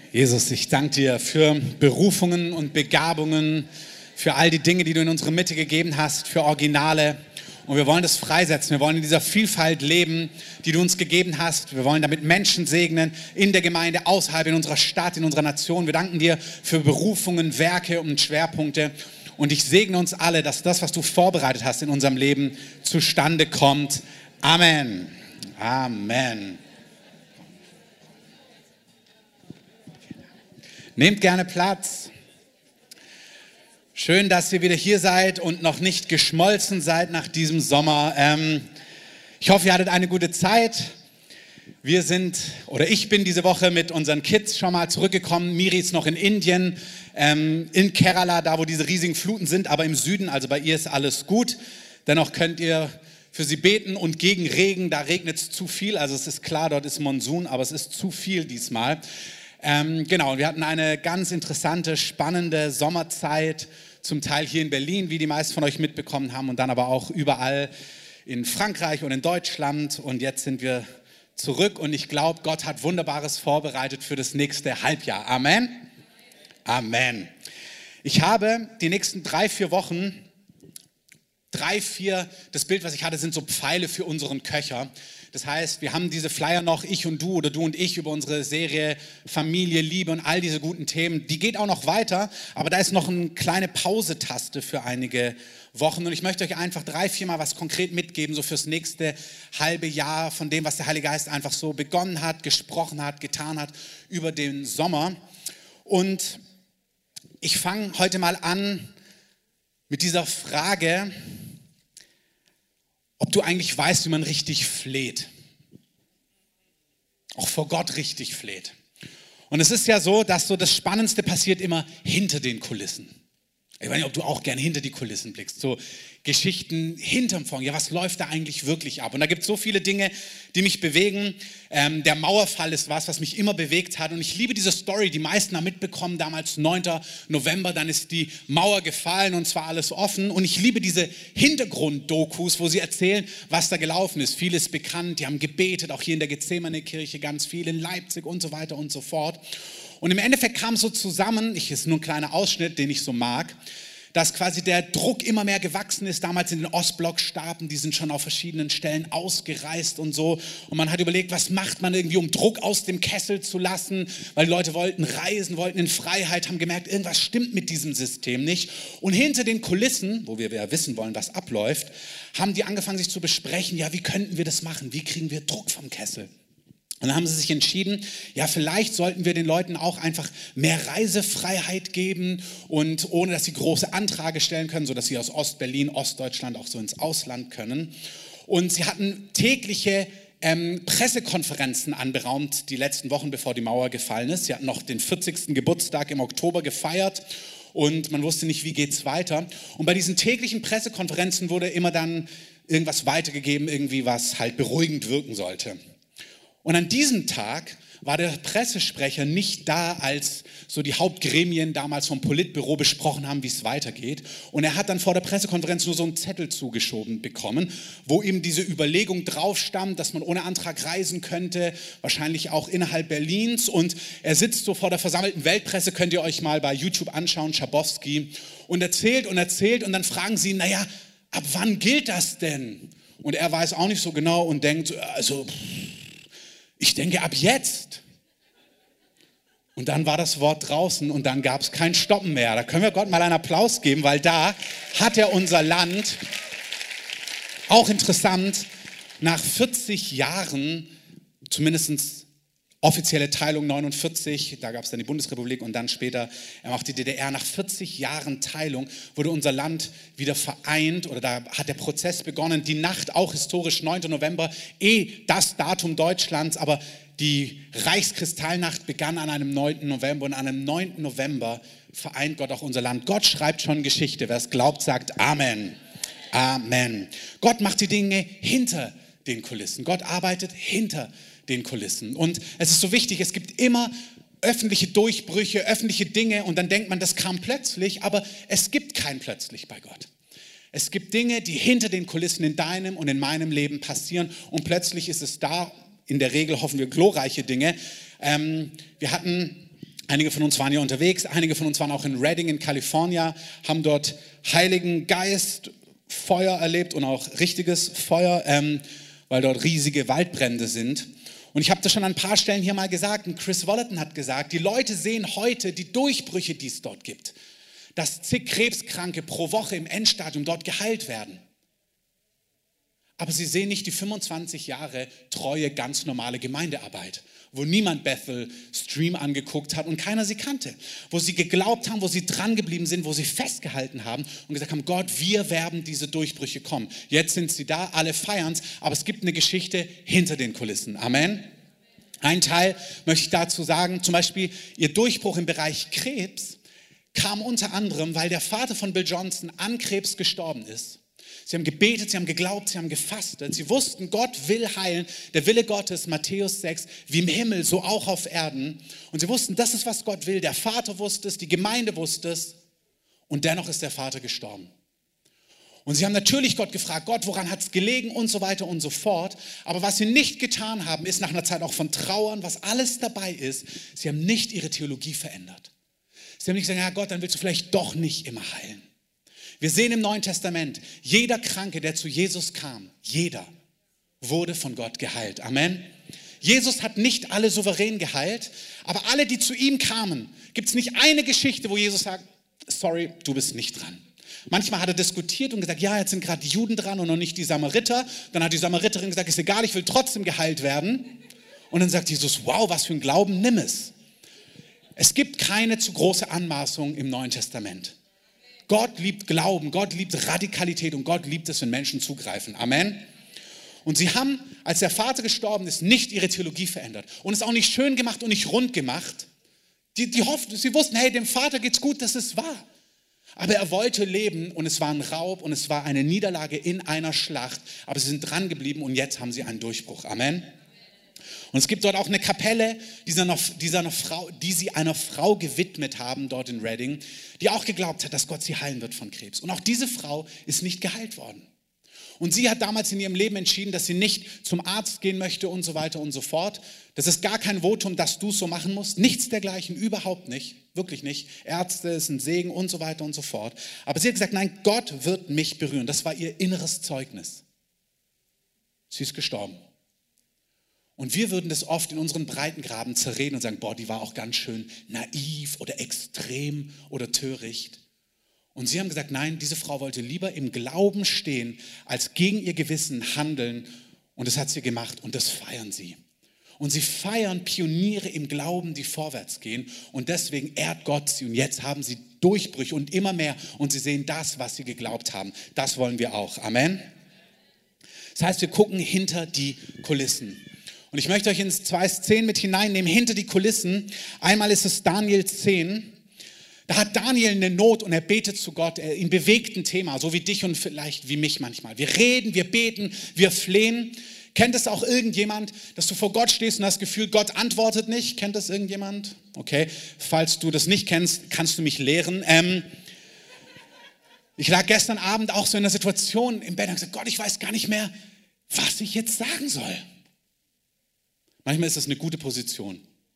Jesus, ich danke dir für Berufungen und Begabungen, für all die Dinge, die du in unsere Mitte gegeben hast, für Originale. Und wir wollen das freisetzen. Wir wollen in dieser Vielfalt leben, die du uns gegeben hast. Wir wollen damit Menschen segnen, in der Gemeinde, außerhalb, in unserer Stadt, in unserer Nation. Wir danken dir für Berufungen, Werke und Schwerpunkte. Und ich segne uns alle, dass das, was du vorbereitet hast in unserem Leben, zustande kommt. Amen. Amen. Nehmt gerne Platz. Schön, dass ihr wieder hier seid und noch nicht geschmolzen seid nach diesem Sommer. Ich hoffe, ihr hattet eine gute Zeit. Ich bin diese Woche mit unseren Kids schon mal zurückgekommen. Miri ist noch in Indien, in Kerala, da wo diese riesigen Fluten sind, aber im Süden, also bei ihr ist alles gut. Dennoch könnt ihr für sie beten und gegen Regen, da regnet es zu viel. Also es ist klar, dort ist Monsun, aber es ist zu viel diesmal. Wir hatten eine ganz interessante, spannende Sommerzeit, zum Teil hier in Berlin, wie die meisten von euch mitbekommen haben, und dann aber auch überall in Frankreich und in Deutschland. Und jetzt sind wir zurück und ich glaube, Gott hat Wunderbares vorbereitet für das nächste Halbjahr. Amen. Amen. Ich habe die nächsten 3-4 Wochen, das Bild, was ich hatte, sind so Pfeile für unseren Köcher. Das heißt, wir haben diese Flyer noch, ich und du oder du und ich, über unsere Serie Familie, Liebe und all diese guten Themen. Die geht auch noch weiter, aber da ist noch eine kleine Pause-Taste für einige Wochen. Und ich möchte euch einfach 3-4 Mal was konkret mitgeben, so fürs nächste halbe Jahr von dem, was der Heilige Geist einfach so begonnen hat, gesprochen hat, getan hat über den Sommer. Und ich fange heute mal an mit dieser Frage, ob du eigentlich weißt, wie man richtig fleht. Auch vor Gott richtig fleht. Und es ist ja so, dass so das Spannendste passiert immer hinter den Kulissen. Ich weiß nicht, ob du auch gerne hinter die Kulissen blickst. So Geschichten hinterm Vorhang. Ja, was läuft da eigentlich wirklich ab? Und da gibt es so viele Dinge, die mich bewegen. Der Mauerfall ist was mich immer bewegt hat. Und ich liebe diese Story. Die meisten haben mitbekommen, damals 9. November, dann ist die Mauer gefallen und zwar alles offen. Und ich liebe diese Hintergrund-Dokus, wo sie erzählen, was da gelaufen ist. Vieles bekannt. Die haben gebetet, auch hier in der Gethsemane-Kirche ganz viel, in Leipzig und so weiter und so fort. Und im Endeffekt kam so zusammen, ist nur ein kleiner Ausschnitt, den ich so mag, dass quasi der Druck immer mehr gewachsen ist. Damals in den Ostblockstaaten, die sind schon auf verschiedenen Stellen ausgereist und so. Und man hat überlegt, was macht man irgendwie, um Druck aus dem Kessel zu lassen? Weil die Leute wollten reisen, wollten in Freiheit, haben gemerkt, irgendwas stimmt mit diesem System nicht. Und hinter den Kulissen, wo wir ja wissen wollen, was abläuft, haben die angefangen, sich zu besprechen, ja, wie könnten wir das machen? Wie kriegen wir Druck vom Kessel? Und dann haben sie sich entschieden, ja, vielleicht sollten wir den Leuten auch einfach mehr Reisefreiheit geben und ohne, dass sie große Anträge stellen können, sodass sie aus Ostberlin, Ostdeutschland auch so ins Ausland können. Und sie hatten tägliche Pressekonferenzen anberaumt, die letzten Wochen, bevor die Mauer gefallen ist. Sie hatten noch den 40. Geburtstag im Oktober gefeiert und man wusste nicht, wie geht's weiter. Und bei diesen täglichen Pressekonferenzen wurde immer dann irgendwas weitergegeben, irgendwie was halt beruhigend wirken sollte. Und an diesem Tag war der Pressesprecher nicht da, als so die Hauptgremien damals vom Politbüro besprochen haben, wie es weitergeht. Und er hat dann vor der Pressekonferenz nur so einen Zettel zugeschoben bekommen, wo ihm diese Überlegung drauf stand, dass man ohne Antrag reisen könnte, wahrscheinlich auch innerhalb Berlins. Und er sitzt so vor der versammelten Weltpresse, könnt ihr euch mal bei YouTube anschauen, Schabowski, und erzählt und dann fragen sie ihn, naja, ab wann gilt das denn? Und er weiß auch nicht so genau und denkt, ich denke, ab jetzt. Und dann war das Wort draußen und dann gab es kein Stoppen mehr. Da können wir Gott mal einen Applaus geben, weil da hat er unser Land, auch interessant, nach 40 Jahren, zumindest offizielle Teilung 49, da gab es dann die Bundesrepublik und dann später auch die DDR. Nach 40 Jahren Teilung wurde unser Land wieder vereint oder da hat der Prozess begonnen. Die Nacht, auch historisch 9. November, das Datum Deutschlands, aber die Reichskristallnacht begann an einem 9. November und an einem 9. November vereint Gott auch unser Land. Gott schreibt schon Geschichte. Wer es glaubt, sagt Amen. Amen. Gott macht die Dinge hinter den Kulissen. Gott arbeitet hinter den Kulissen. Und es ist so wichtig, es gibt immer öffentliche Durchbrüche, öffentliche Dinge und dann denkt man, das kam plötzlich, aber es gibt kein plötzlich bei Gott. Es gibt Dinge, die hinter den Kulissen in deinem und in meinem Leben passieren und plötzlich ist es da, in der Regel hoffen wir glorreiche Dinge. Wir hatten Einige von uns waren ja unterwegs, einige von uns waren auch in Redding in Kalifornien, haben dort Heiligen Geist, Feuer erlebt und auch richtiges Feuer, weil dort riesige Waldbrände sind. Und ich habe das schon an ein paar Stellen hier mal gesagt und Chris Vallotton hat gesagt, die Leute sehen heute die Durchbrüche, die es dort gibt, dass zig Krebskranke pro Woche im Endstadium dort geheilt werden. Aber sie sehen nicht die 25 Jahre treue, ganz normale Gemeindearbeit, wo niemand Bethel Stream angeguckt hat und keiner sie kannte. Wo sie geglaubt haben, wo sie dran geblieben sind, wo sie festgehalten haben und gesagt haben, Gott, wir werden diese Durchbrüche kommen. Jetzt sind sie da, alle feiern es, aber es gibt eine Geschichte hinter den Kulissen. Amen. Ein Teil möchte ich dazu sagen, zum Beispiel ihr Durchbruch im Bereich Krebs kam unter anderem, weil der Vater von Bill Johnson an Krebs gestorben ist. Sie haben gebetet, sie haben geglaubt, sie haben gefastet. Sie wussten, Gott will heilen. Der Wille Gottes, Matthäus 6, wie im Himmel, so auch auf Erden. Und sie wussten, das ist, was Gott will. Der Vater wusste es, die Gemeinde wusste es. Und dennoch ist der Vater gestorben. Und sie haben natürlich Gott gefragt, Gott, woran hat es gelegen und so weiter und so fort. Aber was sie nicht getan haben, ist nach einer Zeit auch von Trauern, was alles dabei ist, sie haben nicht ihre Theologie verändert. Sie haben nicht gesagt, ja Gott, dann willst du vielleicht doch nicht immer heilen. Wir sehen im Neuen Testament, jeder Kranke, der zu Jesus kam, jeder wurde von Gott geheilt. Amen. Jesus hat nicht alle souverän geheilt, aber alle, die zu ihm kamen, gibt es nicht eine Geschichte, wo Jesus sagt, sorry, du bist nicht dran. Manchmal hat er diskutiert und gesagt, ja, jetzt sind gerade die Juden dran und noch nicht die Samariter. Dann hat die Samariterin gesagt, ist egal, ich will trotzdem geheilt werden. Und dann sagt Jesus, wow, was für ein Glauben, nimm es. Es gibt keine zu große Anmaßung im Neuen Testament. Gott liebt Glauben, Gott liebt Radikalität und Gott liebt es, wenn Menschen zugreifen. Amen. Und sie haben, als der Vater gestorben ist, nicht ihre Theologie verändert und es auch nicht schön gemacht und nicht rund gemacht. Sie wussten, hey, dem Vater geht's gut, das ist wahr. Aber er wollte leben und es war ein Raub und es war eine Niederlage in einer Schlacht. Aber sie sind dran geblieben und jetzt haben sie einen Durchbruch. Amen. Und es gibt dort auch eine Kapelle, die sie einer Frau gewidmet haben, dort in Redding, die auch geglaubt hat, dass Gott sie heilen wird von Krebs. Und auch diese Frau ist nicht geheilt worden. Und sie hat damals in ihrem Leben entschieden, dass sie nicht zum Arzt gehen möchte und so weiter und so fort. Das ist gar kein Votum, dass du es so machen musst. Nichts dergleichen, überhaupt nicht, wirklich nicht. Ärzte ist ein Segen und so weiter und so fort. Aber sie hat gesagt, nein, Gott wird mich berühren. Das war ihr inneres Zeugnis. Sie ist gestorben. Und wir würden das oft in unseren Breitengraden zerreden und sagen, boah, die war auch ganz schön naiv oder extrem oder töricht. Und sie haben gesagt, nein, diese Frau wollte lieber im Glauben stehen, als gegen ihr Gewissen handeln. Und das hat sie gemacht und das feiern sie. Und sie feiern Pioniere im Glauben, die vorwärts gehen. Und deswegen ehrt Gott sie. Und jetzt haben sie Durchbrüche und immer mehr. Und sie sehen das, was sie geglaubt haben. Das wollen wir auch. Amen. Das heißt, wir gucken hinter die Kulissen. Und ich möchte euch in 2 Szenen mit hineinnehmen, hinter die Kulissen. Einmal ist es Daniel 10. Da hat Daniel eine Not und er betet zu Gott, in bewegten Thema, so wie dich und vielleicht wie mich manchmal. Wir reden, wir beten, wir flehen. Kennt es auch irgendjemand, dass du vor Gott stehst und hast das Gefühl, Gott antwortet nicht? Kennt das irgendjemand? Okay, falls du das nicht kennst, kannst du mich lehren. Ich lag gestern Abend auch so in einer Situation im Bett und habe gesagt, Gott, ich weiß gar nicht mehr, was ich jetzt sagen soll. Manchmal ist das eine gute Position.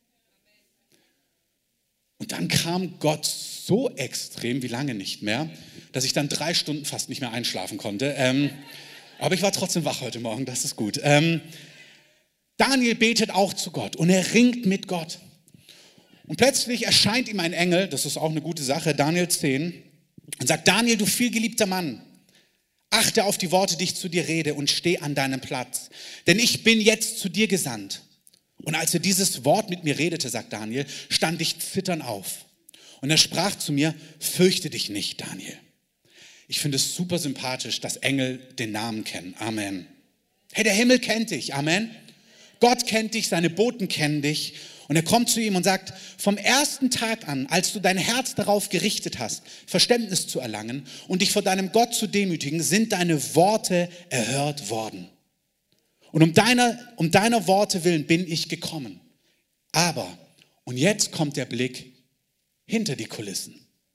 Und dann kam Gott so extrem, wie lange nicht mehr, dass ich dann 3 Stunden fast nicht mehr einschlafen konnte. Aber ich war trotzdem wach heute Morgen, das ist gut. Daniel betet auch zu Gott und er ringt mit Gott. Und plötzlich erscheint ihm ein Engel, das ist auch eine gute Sache, Daniel 10, und sagt, Daniel, du vielgeliebter Mann, achte auf die Worte, die ich zu dir rede und steh an deinem Platz. Denn ich bin jetzt zu dir gesandt. Und als er dieses Wort mit mir redete, sagt Daniel, stand ich zitternd auf. Und er sprach zu mir, fürchte dich nicht, Daniel. Ich finde es super sympathisch, dass Engel den Namen kennen. Amen. Hey, der Himmel kennt dich. Amen. Gott kennt dich, seine Boten kennen dich. Und er kommt zu ihm und sagt, vom ersten Tag an, als du dein Herz darauf gerichtet hast, Verständnis zu erlangen und dich vor deinem Gott zu demütigen, sind deine Worte erhört worden. Und um deiner Worte willen bin ich gekommen. Aber, und jetzt kommt der Blick hinter die Kulissen.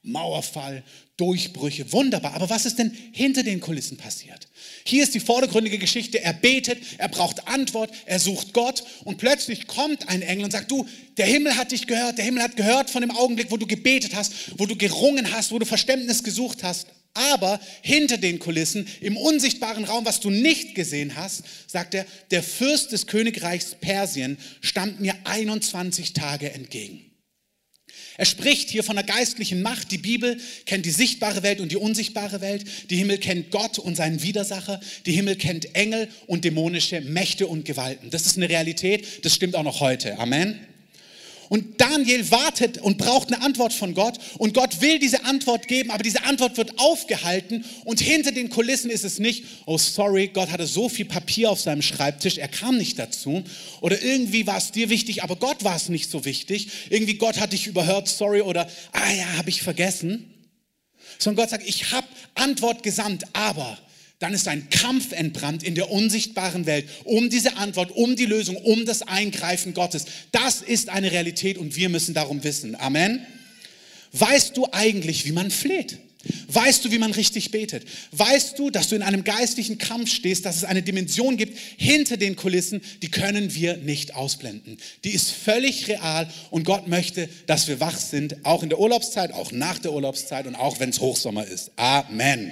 Mauerfall, Durchbrüche, wunderbar. Aber was ist denn hinter den Kulissen passiert? Hier ist die vordergründige Geschichte. Er betet, er braucht Antwort, er sucht Gott und plötzlich kommt ein Engel und sagt, du, der Himmel hat dich gehört, der Himmel hat gehört von dem Augenblick, wo du gebetet hast, wo du gerungen hast, wo du Verständnis gesucht hast. Aber hinter den Kulissen, im unsichtbaren Raum, was du nicht gesehen hast, sagt er, der Fürst des Königreichs Persien stand mir 21 Tage entgegen. Er spricht hier von einer geistlichen Macht. Die Bibel kennt die sichtbare Welt und die unsichtbare Welt. Die Himmel kennt Gott und seinen Widersacher. Die Himmel kennt Engel und dämonische Mächte und Gewalten. Das ist eine Realität, das stimmt auch noch heute. Amen. Und Daniel wartet und braucht eine Antwort von Gott. Und Gott will diese Antwort geben, aber diese Antwort wird aufgehalten. Und hinter den Kulissen ist es nicht, oh sorry, Gott hatte so viel Papier auf seinem Schreibtisch, er kam nicht dazu. Oder irgendwie war es dir wichtig, aber Gott war es nicht so wichtig. Irgendwie Gott hat dich überhört, sorry, oder habe ich vergessen. Sondern Gott sagt, ich habe Antwort gesandt, aber dann ist ein Kampf entbrannt in der unsichtbaren Welt um diese Antwort, um die Lösung, um das Eingreifen Gottes. Das ist eine Realität und wir müssen darum wissen. Amen. Weißt du eigentlich, wie man fleht? Weißt du, wie man richtig betet? Weißt du, dass du in einem geistlichen Kampf stehst, dass es eine Dimension gibt hinter den Kulissen, die können wir nicht ausblenden. Die ist völlig real und Gott möchte, dass wir wach sind, auch in der Urlaubszeit, auch nach der Urlaubszeit und auch wenn es Hochsommer ist. Amen.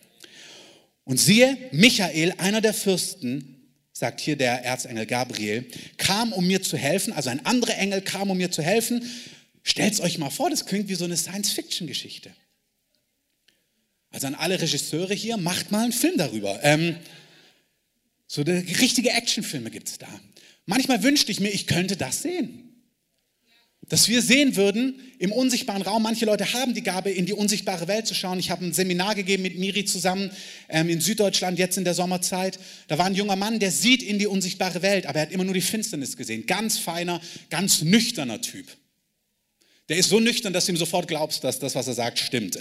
Und siehe, Michael, einer der Fürsten, sagt hier der Erzengel Gabriel, kam, um mir zu helfen, also ein anderer Engel kam, um mir zu helfen. Stellt's euch mal vor, das klingt wie so eine Science-Fiction-Geschichte. Also an alle Regisseure hier, macht mal einen Film darüber. So richtige Actionfilme gibt es da. Manchmal wünschte ich mir, ich könnte das sehen. Dass wir sehen würden, im unsichtbaren Raum, manche Leute haben die Gabe, in die unsichtbare Welt zu schauen. Ich habe ein Seminar gegeben mit Miri zusammen in Süddeutschland, jetzt in der Sommerzeit. Da war ein junger Mann, der sieht in die unsichtbare Welt, aber er hat immer nur die Finsternis gesehen. Ganz feiner, ganz nüchterner Typ. Der ist so nüchtern, dass du ihm sofort glaubst, dass das, was er sagt, stimmt.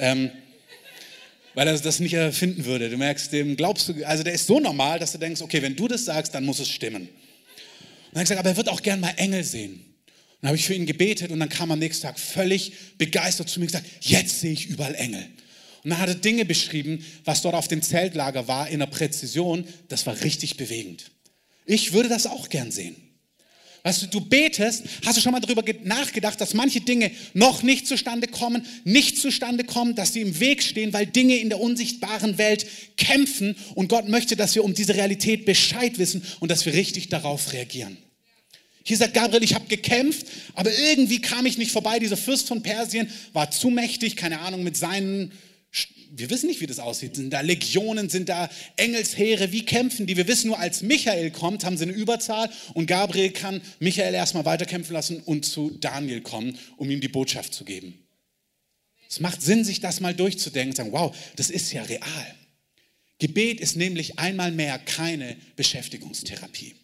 Weil er das nicht erfinden würde. Du merkst, dem glaubst du, also der ist so normal, dass du denkst, okay, wenn du das sagst, dann muss es stimmen. Und dann habe ich gesagt, aber er wird auch gern mal Engel sehen. Dann habe ich für ihn gebetet und dann kam am nächsten Tag völlig begeistert zu mir und gesagt, jetzt sehe ich überall Engel. Und dann hat er Dinge beschrieben, was dort auf dem Zeltlager war, in der Präzision, das war richtig bewegend. Ich würde das auch gern sehen. Weißt du, du betest, hast du schon mal darüber nachgedacht, dass manche Dinge noch nicht zustande kommen, dass sie im Weg stehen, weil Dinge in der unsichtbaren Welt kämpfen und Gott möchte, dass wir um diese Realität Bescheid wissen und dass wir richtig darauf reagieren. Hier sagt Gabriel, ich habe gekämpft, aber irgendwie kam ich nicht vorbei. Dieser Fürst von Persien war zu mächtig, keine Ahnung, mit seinen, wir wissen nicht, wie das aussieht, sind da Legionen, sind da Engelsheere, wie kämpfen die? Wir wissen nur, als Michael kommt, haben sie eine Überzahl und Gabriel kann Michael erstmal weiterkämpfen lassen und zu Daniel kommen, um ihm die Botschaft zu geben. Es macht Sinn, sich das mal durchzudenken und sagen, wow, das ist ja real. Gebet ist nämlich einmal mehr keine Beschäftigungstherapie.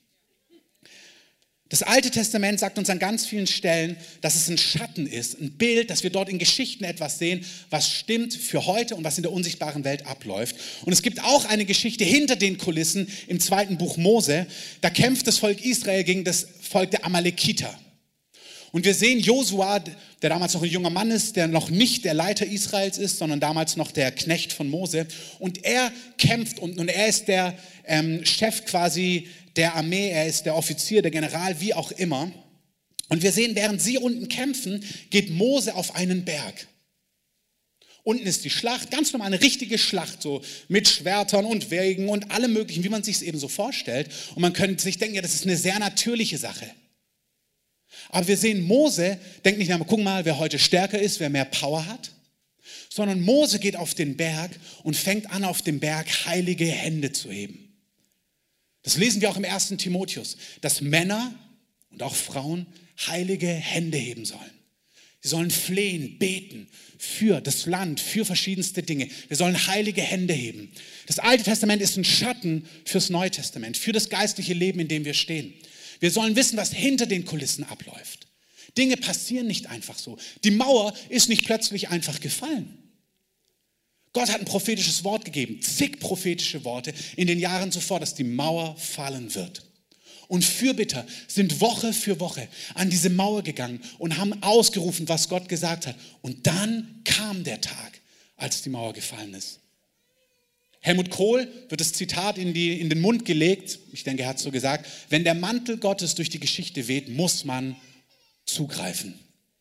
Das Alte Testament sagt uns an ganz vielen Stellen, dass es ein Schatten ist, ein Bild, dass wir dort in Geschichten etwas sehen, was stimmt für heute und was in der unsichtbaren Welt abläuft. Und es gibt auch eine Geschichte hinter den Kulissen im 2. Buch Mose. Da kämpft das Volk Israel gegen das Volk der Amalekiter. Und wir sehen Josua, der damals noch ein junger Mann ist, der noch nicht der Leiter Israels ist, sondern damals noch der Knecht von Mose. Und er kämpft und er ist der Chef quasi der Armee, er ist der Offizier, der General, wie auch immer. Und wir sehen, während sie unten kämpfen, geht Mose auf einen Berg. Unten ist die Schlacht, ganz normal eine richtige Schlacht, so mit Schwertern und Wägen und allem möglichen, wie man sich es eben so vorstellt. Und man könnte sich denken, ja, das ist eine sehr natürliche Sache. Aber wir sehen, Mose denkt nicht, guck mal, wer heute stärker ist, wer mehr Power hat, sondern Mose geht auf den Berg und fängt an, auf dem Berg heilige Hände zu heben. Das lesen wir auch im 1. Timotheus, dass Männer und auch Frauen heilige Hände heben sollen. Sie sollen flehen, beten für das Land, für verschiedenste Dinge. Wir sollen heilige Hände heben. Das Alte Testament ist ein Schatten fürs Neue Testament, für das geistliche Leben, in dem wir stehen. Wir sollen wissen, was hinter den Kulissen abläuft. Dinge passieren nicht einfach so. Die Mauer ist nicht plötzlich einfach gefallen. Gott hat ein prophetisches Wort gegeben, zig prophetische Worte in den Jahren zuvor, dass die Mauer fallen wird. und Fürbitter sind Woche für Woche an diese Mauer gegangen und haben ausgerufen, was Gott gesagt hat. Und dann kam der Tag, als die Mauer gefallen ist. Helmut Kohl wird das Zitat in den Mund gelegt, ich denke, er hat es so gesagt, wenn der Mantel Gottes durch die Geschichte weht, muss man zugreifen.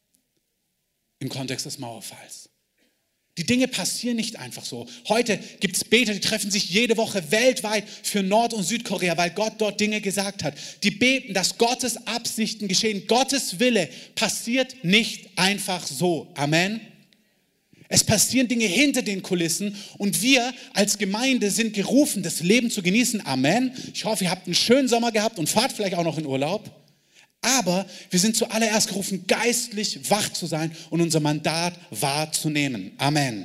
Im Kontext des Mauerfalls. Die Dinge passieren nicht einfach so. Heute gibt es Beter, die treffen sich jede Woche weltweit für Nord- und Südkorea, weil Gott dort Dinge gesagt hat. Die beten, dass Gottes Absichten geschehen. Gottes Wille passiert nicht einfach so. Amen. Es passieren Dinge hinter den Kulissen und wir als Gemeinde sind gerufen, das Leben zu genießen. Amen. Ich hoffe, ihr habt einen schönen Sommer gehabt und fahrt vielleicht auch noch in Urlaub. Aber wir sind zuallererst gerufen, geistlich wach zu sein und unser Mandat wahrzunehmen. Amen.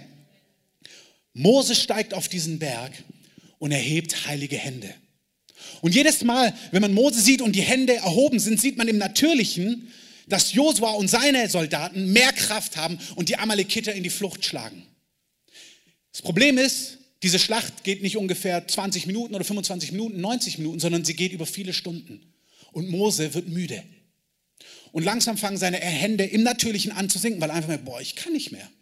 Mose steigt auf diesen Berg und erhebt heilige Hände. Und jedes Mal, wenn man Mose sieht und die Hände erhoben sind, sieht man im Natürlichen, dass Josua und seine Soldaten mehr Kraft haben und die Amalekiter in die Flucht schlagen. Das Problem ist, diese Schlacht geht nicht ungefähr 20 Minuten oder 25 Minuten, 90 Minuten, sondern sie geht über viele Stunden. Und Mose wird müde. Und langsam fangen seine Hände im Natürlichen an zu sinken, weil er einfach merkt, ich kann nicht mehr.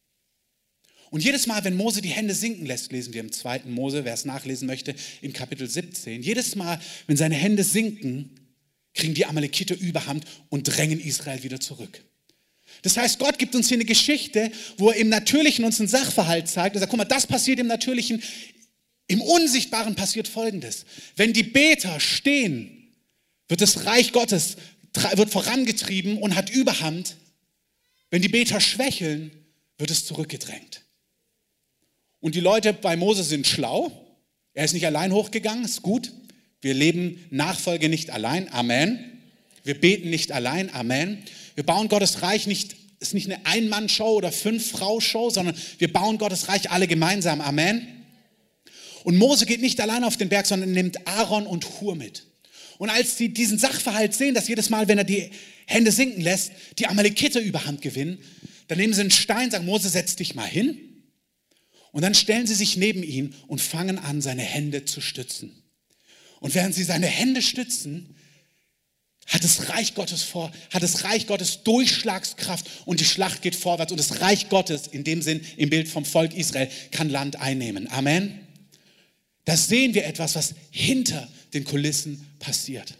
Und jedes Mal, wenn Mose die Hände sinken lässt, lesen wir im 2. Mose, wer es nachlesen möchte, in Kapitel 17. Jedes Mal, wenn seine Hände sinken, kriegen die Amalekiter Überhand und drängen Israel wieder zurück. Das heißt, Gott gibt uns hier eine Geschichte, wo er im Natürlichen uns einen Sachverhalt zeigt. Er sagt, guck mal, das passiert im Natürlichen. Im Unsichtbaren passiert Folgendes. Wenn die Beter stehen, wird das Reich Gottes wird vorangetrieben und hat Überhand. Wenn die Beter schwächeln, wird es zurückgedrängt. Und die Leute bei Mose sind schlau. Er ist nicht allein hochgegangen, ist gut. Wir leben Nachfolge nicht allein, Amen. Wir beten nicht allein, Amen. Wir bauen Gottes Reich nicht, ist nicht eine Ein-Mann-Show oder 5-Frau-Show, sondern wir bauen Gottes Reich alle gemeinsam, Amen. Und Mose geht nicht allein auf den Berg, sondern nimmt Aaron und Hur mit. Und als sie diesen Sachverhalt sehen, dass jedes Mal, wenn er die Hände sinken lässt, die Amalekiter Überhand gewinnen, dann nehmen sie einen Stein, sagen, Mose, setz dich mal hin. Und dann stellen sie sich neben ihn und fangen an, seine Hände zu stützen. Und während sie seine Hände stützen, hat das Reich Gottes Durchschlagskraft und die Schlacht geht vorwärts. Und das Reich Gottes, in dem Sinn, im Bild vom Volk Israel, kann Land einnehmen. Amen. Da sehen wir etwas, was hinter den Kulissen passiert.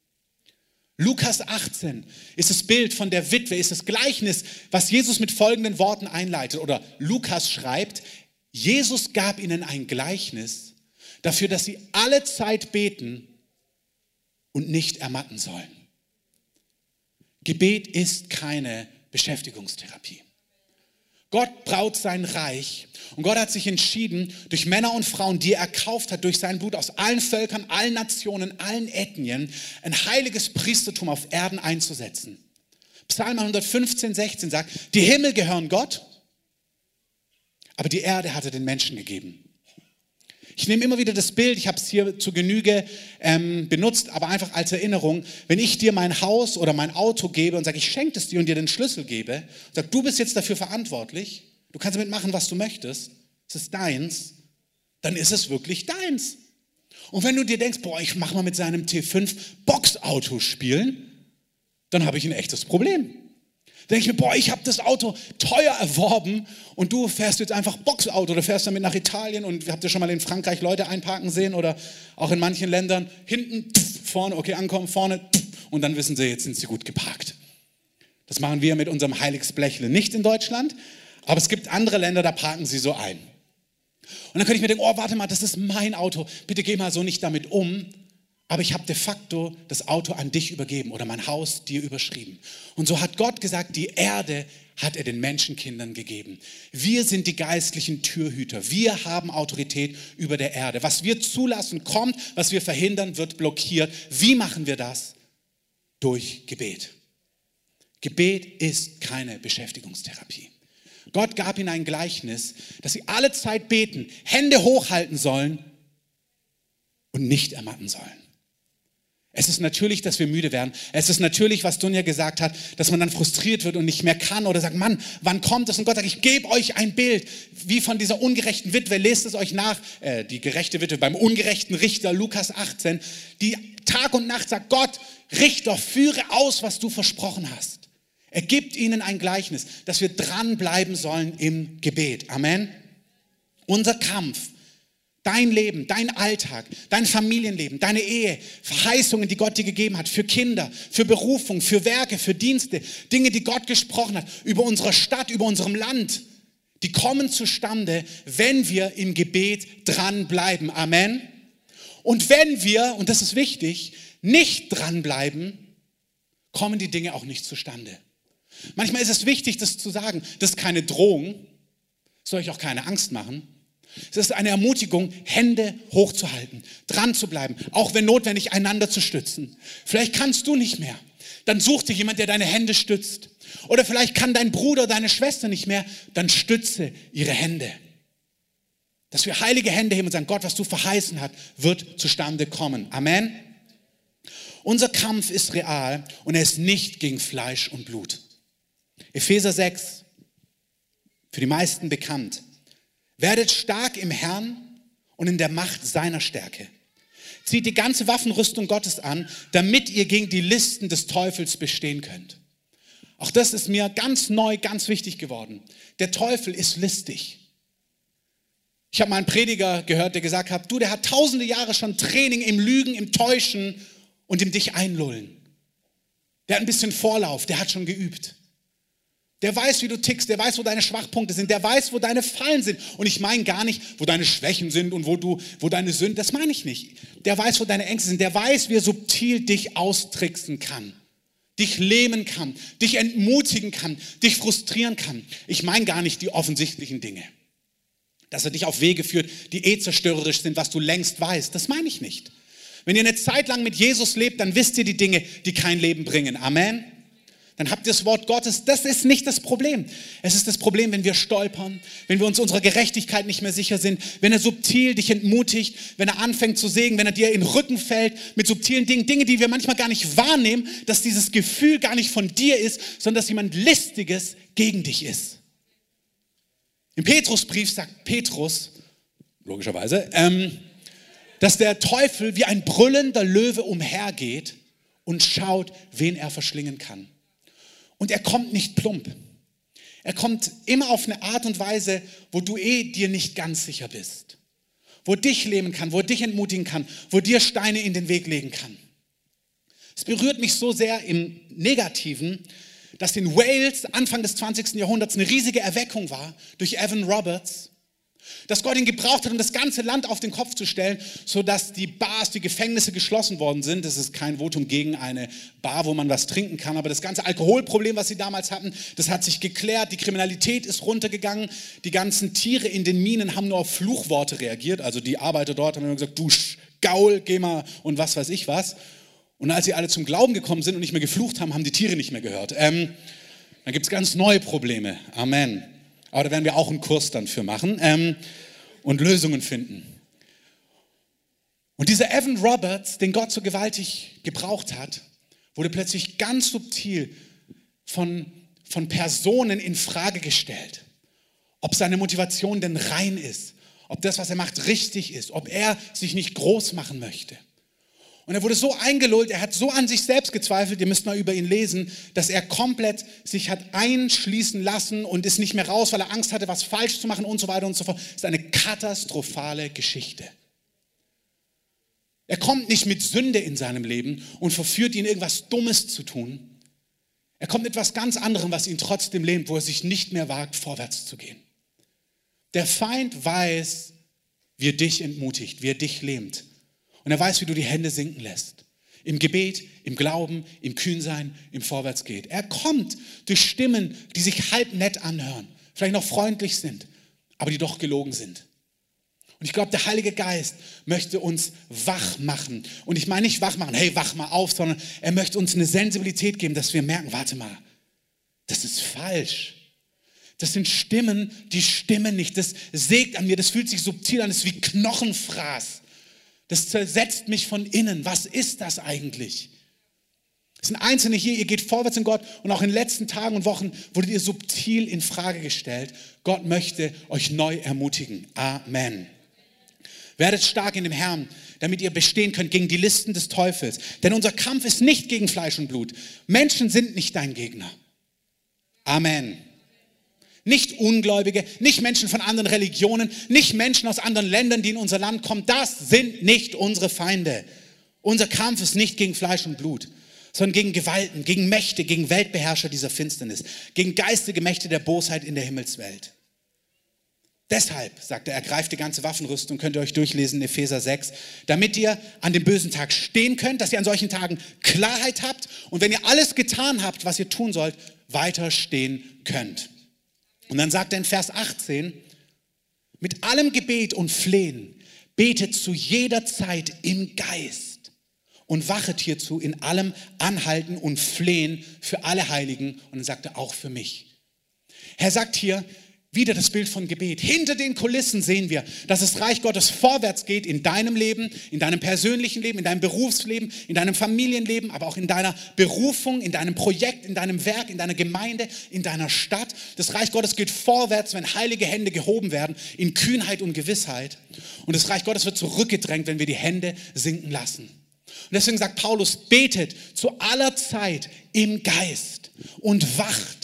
Lukas 18 ist das Bild von der Witwe, ist das Gleichnis, was Jesus mit folgenden Worten einleitet. Oder Lukas schreibt, Jesus gab ihnen ein Gleichnis dafür, dass sie alle Zeit beten und nicht ermatten sollen. Gebet ist keine Beschäftigungstherapie. Gott braut sein Reich und Gott hat sich entschieden, durch Männer und Frauen, die er erkauft hat, durch sein Blut aus allen Völkern, allen Nationen, allen Ethnien, ein heiliges Priestertum auf Erden einzusetzen. Psalm 115, 16 sagt, die Himmel gehören Gott, aber die Erde hat er den Menschen gegeben. Ich nehme immer wieder das Bild, ich habe es hier zur Genüge benutzt, aber einfach als Erinnerung, wenn ich dir mein Haus oder mein Auto gebe und sage, ich schenke es dir und dir den Schlüssel gebe und sage, du bist jetzt dafür verantwortlich, du kannst damit machen, was du möchtest, es ist deins, dann ist es wirklich deins. Und wenn du dir denkst, ich mache mal mit seinem T5 Boxauto spielen, dann habe ich ein echtes Problem. Dann denke ich mir, ich habe das Auto teuer erworben und du fährst jetzt einfach Boxauto oder fährst damit nach Italien und habt ihr schon mal in Frankreich Leute einparken sehen oder auch in manchen Ländern hinten, vorne, okay, ankommen, vorne und dann wissen sie, jetzt sind sie gut geparkt. Das machen wir mit unserem Heiligsblechle nicht in Deutschland, aber es gibt andere Länder, da parken sie so ein. Und dann könnte ich mir denken, warte mal, das ist mein Auto, bitte geh mal so nicht damit um. Aber ich habe de facto das Auto an dich übergeben oder mein Haus dir überschrieben. Und so hat Gott gesagt, die Erde hat er den Menschenkindern gegeben. Wir sind die geistlichen Türhüter. Wir haben Autorität über der Erde. Was wir zulassen, kommt. Was wir verhindern, wird blockiert. Wie machen wir das? Durch Gebet. Gebet ist keine Beschäftigungstherapie. Gott gab ihnen ein Gleichnis, dass sie alle Zeit beten, Hände hochhalten sollen und nicht ermatten sollen. Es ist natürlich, dass wir müde werden. Es ist natürlich, was Dunja gesagt hat, dass man dann frustriert wird und nicht mehr kann oder sagt, Mann, wann kommt es? Und Gott sagt, ich gebe euch ein Bild, wie von dieser ungerechten Witwe, lest es euch nach, die gerechte Witwe beim ungerechten Richter, Lukas 18, die Tag und Nacht sagt, Gott, Richter, führe aus, was du versprochen hast. Er gibt ihnen ein Gleichnis, dass wir dranbleiben sollen im Gebet. Amen. Unser Kampf, dein Leben, dein Alltag, dein Familienleben, deine Ehe, Verheißungen, die Gott dir gegeben hat, für Kinder, für Berufung, für Werke, für Dienste, Dinge, die Gott gesprochen hat, über unsere Stadt, über unserem Land, die kommen zustande, wenn wir im Gebet dranbleiben. Amen. Und wenn wir, und das ist wichtig, nicht dranbleiben, kommen die Dinge auch nicht zustande. Manchmal ist es wichtig, das zu sagen. Das ist keine Drohung, soll ich auch keine Angst machen. Es ist eine Ermutigung, Hände hochzuhalten, dran zu bleiben, auch wenn notwendig, einander zu stützen. Vielleicht kannst du nicht mehr. Dann such dir jemand, der deine Hände stützt. Oder vielleicht kann dein Bruder, deine Schwester nicht mehr, dann stütze ihre Hände. Dass wir heilige Hände heben und sagen, Gott, was du verheißen hast, wird zustande kommen. Amen. Unser Kampf ist real und er ist nicht gegen Fleisch und Blut. Epheser 6, für die meisten bekannt. Werdet stark im Herrn und in der Macht seiner Stärke. Zieht die ganze Waffenrüstung Gottes an, damit ihr gegen die Listen des Teufels bestehen könnt. Auch das ist mir ganz neu, ganz wichtig geworden. Der Teufel ist listig. Ich habe mal einen Prediger gehört, der gesagt hat, der hat tausende Jahre schon Training im Lügen, im Täuschen und im Dich einlullen. Der hat ein bisschen Vorlauf, der hat schon geübt. Der weiß, wie du tickst, der weiß, wo deine Schwachpunkte sind, der weiß, wo deine Fallen sind. Und ich meine gar nicht, wo deine Schwächen sind und wo deine Sünden, das meine ich nicht. Der weiß, wo deine Ängste sind, der weiß, wie er subtil dich austricksen kann, dich lähmen kann, dich entmutigen kann, dich frustrieren kann. Ich meine gar nicht die offensichtlichen Dinge. Dass er dich auf Wege führt, die zerstörerisch sind, was du längst weißt, das meine ich nicht. Wenn ihr eine Zeit lang mit Jesus lebt, dann wisst ihr die Dinge, die kein Leben bringen. Amen. Dann habt ihr das Wort Gottes, das ist nicht das Problem. Es ist das Problem, wenn wir stolpern, wenn wir uns unserer Gerechtigkeit nicht mehr sicher sind, wenn er subtil dich entmutigt, wenn er anfängt zu sägen, wenn er dir in den Rücken fällt mit subtilen Dingen, Dinge, die wir manchmal gar nicht wahrnehmen, dass dieses Gefühl gar nicht von dir ist, sondern dass jemand Listiges gegen dich ist. Im Petrusbrief sagt Petrus, logischerweise, dass der Teufel wie ein brüllender Löwe umhergeht und schaut, wen er verschlingen kann. Und er kommt nicht plump. Er kommt immer auf eine Art und Weise, wo du dir nicht ganz sicher bist. Wo dich lähmen kann, wo dich entmutigen kann, wo dir Steine in den Weg legen kann. Es berührt mich so sehr im Negativen, dass in Wales Anfang des 20. Jahrhunderts eine riesige Erweckung war durch Evan Roberts. Dass Gott ihn gebraucht hat, um das ganze Land auf den Kopf zu stellen, sodass die Bars, die Gefängnisse geschlossen worden sind. Das ist kein Votum gegen eine Bar, wo man was trinken kann, aber das ganze Alkoholproblem, was sie damals hatten, das hat sich geklärt. Die Kriminalität ist runtergegangen. Die ganzen Tiere in den Minen haben nur auf Fluchworte reagiert. Also die Arbeiter dort haben immer gesagt, du Gaul, geh mal und was weiß ich was. Und als sie alle zum Glauben gekommen sind und nicht mehr geflucht haben, haben die Tiere nicht mehr gehört. Dann gibt es ganz neue Probleme. Amen. Aber da werden wir auch einen Kurs dann für machen und Lösungen finden. Und dieser Evan Roberts, den Gott so gewaltig gebraucht hat, wurde plötzlich ganz subtil von Personen in Frage gestellt. Ob seine Motivation denn rein ist, ob das, was er macht, richtig ist, ob er sich nicht groß machen möchte. Und er wurde so eingelullt, er hat so an sich selbst gezweifelt, ihr müsst mal über ihn lesen, dass er komplett sich hat einschließen lassen und ist nicht mehr raus, weil er Angst hatte, was falsch zu machen und so weiter und so fort. Das ist eine katastrophale Geschichte. Er kommt nicht mit Sünde in seinem Leben und verführt ihn, irgendwas Dummes zu tun. Er kommt mit etwas ganz anderem, was ihn trotzdem lähmt, wo er sich nicht mehr wagt, vorwärts zu gehen. Der Feind weiß, wie er dich entmutigt, wie er dich lähmt. Und er weiß, wie du die Hände sinken lässt. Im Gebet, im Glauben, im Kühnsein, im Vorwärtsgehen. Er kommt durch Stimmen, die sich halb nett anhören, vielleicht noch freundlich sind, aber die doch gelogen sind. Und ich glaube, der Heilige Geist möchte uns wach machen. Und ich meine nicht wach machen, hey, wach mal auf, sondern er möchte uns eine Sensibilität geben, dass wir merken, warte mal, das ist falsch. Das sind Stimmen, die stimmen nicht. Das sägt an mir, das fühlt sich subtil an, das ist wie Knochenfraß. Das zersetzt mich von innen. Was ist das eigentlich? Es sind Einzelne hier, ihr geht vorwärts in Gott und auch in den letzten Tagen und Wochen wurdet ihr subtil in Frage gestellt. Gott möchte euch neu ermutigen. Amen. Werdet stark in dem Herrn, damit ihr bestehen könnt gegen die Listen des Teufels. Denn unser Kampf ist nicht gegen Fleisch und Blut. Menschen sind nicht dein Gegner. Amen. Nicht Ungläubige, nicht Menschen von anderen Religionen, nicht Menschen aus anderen Ländern, die in unser Land kommen. Das sind nicht unsere Feinde. Unser Kampf ist nicht gegen Fleisch und Blut, sondern gegen Gewalten, gegen Mächte, gegen Weltbeherrscher dieser Finsternis, gegen geistige Mächte der Bosheit in der Himmelswelt. Deshalb, sagt er, ergreift die ganze Waffenrüstung, könnt ihr euch durchlesen in Epheser 6, damit ihr an dem bösen Tag stehen könnt, dass ihr an solchen Tagen Klarheit habt und wenn ihr alles getan habt, was ihr tun sollt, weiter stehen könnt. Und dann sagt er in Vers 18, mit allem Gebet und Flehen betet zu jeder Zeit im Geist und wachet hierzu in allem Anhalten und Flehen für alle Heiligen. Und dann sagt er auch für mich. Er sagt hier wieder das Bild von Gebet. Hinter den Kulissen sehen wir, dass das Reich Gottes vorwärts geht in deinem Leben, in deinem persönlichen Leben, in deinem Berufsleben, in deinem Familienleben, aber auch in deiner Berufung, in deinem Projekt, in deinem Werk, in deiner Gemeinde, in deiner Stadt. Das Reich Gottes geht vorwärts, wenn heilige Hände gehoben werden, in Kühnheit und Gewissheit. Und das Reich Gottes wird zurückgedrängt, wenn wir die Hände sinken lassen. Und deswegen sagt Paulus, betet zu aller Zeit im Geist und wacht.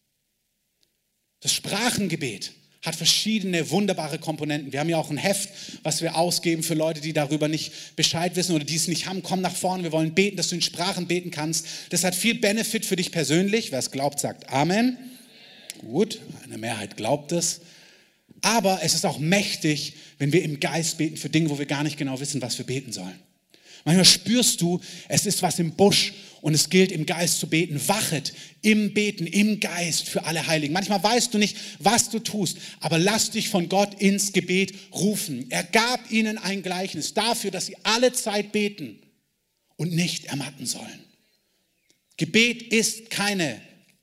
Das Sprachengebet hat verschiedene wunderbare Komponenten. Wir haben ja auch ein Heft, was wir ausgeben für Leute, die darüber nicht Bescheid wissen oder die es nicht haben. Komm nach vorne, wir wollen beten, dass du in Sprachen beten kannst. Das hat viel Benefit für dich persönlich. Wer es glaubt, sagt Amen. Gut, eine Mehrheit glaubt es. Aber es ist auch mächtig, wenn wir im Geist beten für Dinge, wo wir gar nicht genau wissen, was wir beten sollen. Manchmal spürst du, es ist was im Busch und es gilt im Geist zu beten. Wachet im Beten, im Geist für alle Heiligen. Manchmal weißt du nicht, was du tust, aber lass dich von Gott ins Gebet rufen. Er gab ihnen ein Gleichnis dafür, dass sie alle Zeit beten und nicht ermatten sollen. Gebet ist keine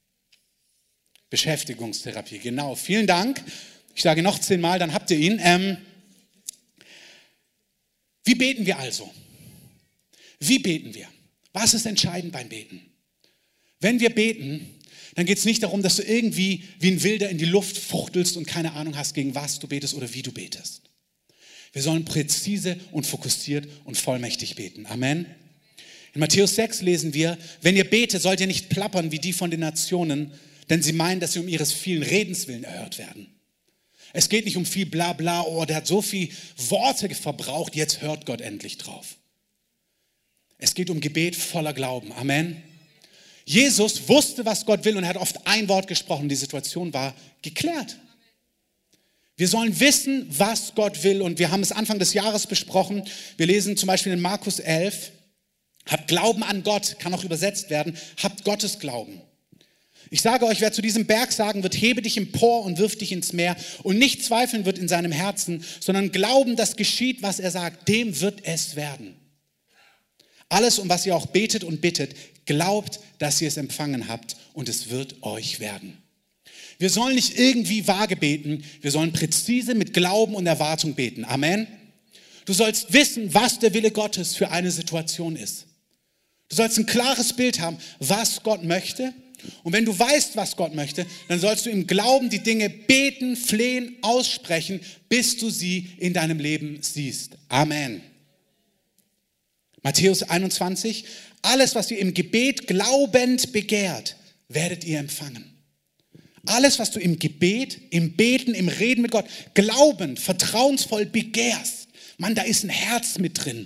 Beschäftigungstherapie. Genau, vielen Dank. Ich sage noch 10-mal, dann habt ihr ihn. Wie beten wir also? Wie beten wir? Was ist entscheidend beim Beten? Wenn wir beten, dann geht es nicht darum, dass du irgendwie wie ein Wilder in die Luft fuchtelst und keine Ahnung hast, gegen was du betest oder wie du betest. Wir sollen präzise und fokussiert und vollmächtig beten. Amen. In Matthäus 6 lesen wir, wenn ihr betet, sollt ihr nicht plappern wie die von den Nationen, denn sie meinen, dass sie um ihres vielen Redens willen erhört werden. Es geht nicht um viel Blabla, oh, der hat so viel Worte verbraucht, jetzt hört Gott endlich drauf. Es geht um Gebet voller Glauben. Amen. Jesus wusste, was Gott will und er hat oft ein Wort gesprochen. Die Situation war geklärt. Wir sollen wissen, was Gott will und wir haben es Anfang des Jahres besprochen. Wir lesen zum Beispiel in Markus 11, habt Glauben an Gott, kann auch übersetzt werden, habt Gottes Glauben. Ich sage euch, wer zu diesem Berg sagen wird, hebe dich empor und wirf dich ins Meer und nicht zweifeln wird in seinem Herzen, sondern glauben, dass geschieht, was er sagt, dem wird es werden. Alles, um was ihr auch betet und bittet, glaubt, dass ihr es empfangen habt und es wird euch werden. Wir sollen nicht irgendwie vage beten, wir sollen präzise mit Glauben und Erwartung beten. Amen. Du sollst wissen, was der Wille Gottes für eine Situation ist. Du sollst ein klares Bild haben, was Gott möchte. Und wenn du weißt, was Gott möchte, dann sollst du im Glauben die Dinge beten, flehen, aussprechen, bis du sie in deinem Leben siehst. Amen. Matthäus 21, alles, was ihr im Gebet glaubend begehrt, werdet ihr empfangen. Alles, was du im Gebet, im Beten, im Reden mit Gott, glaubend, vertrauensvoll begehrst. Mann, da ist ein Herz mit drin.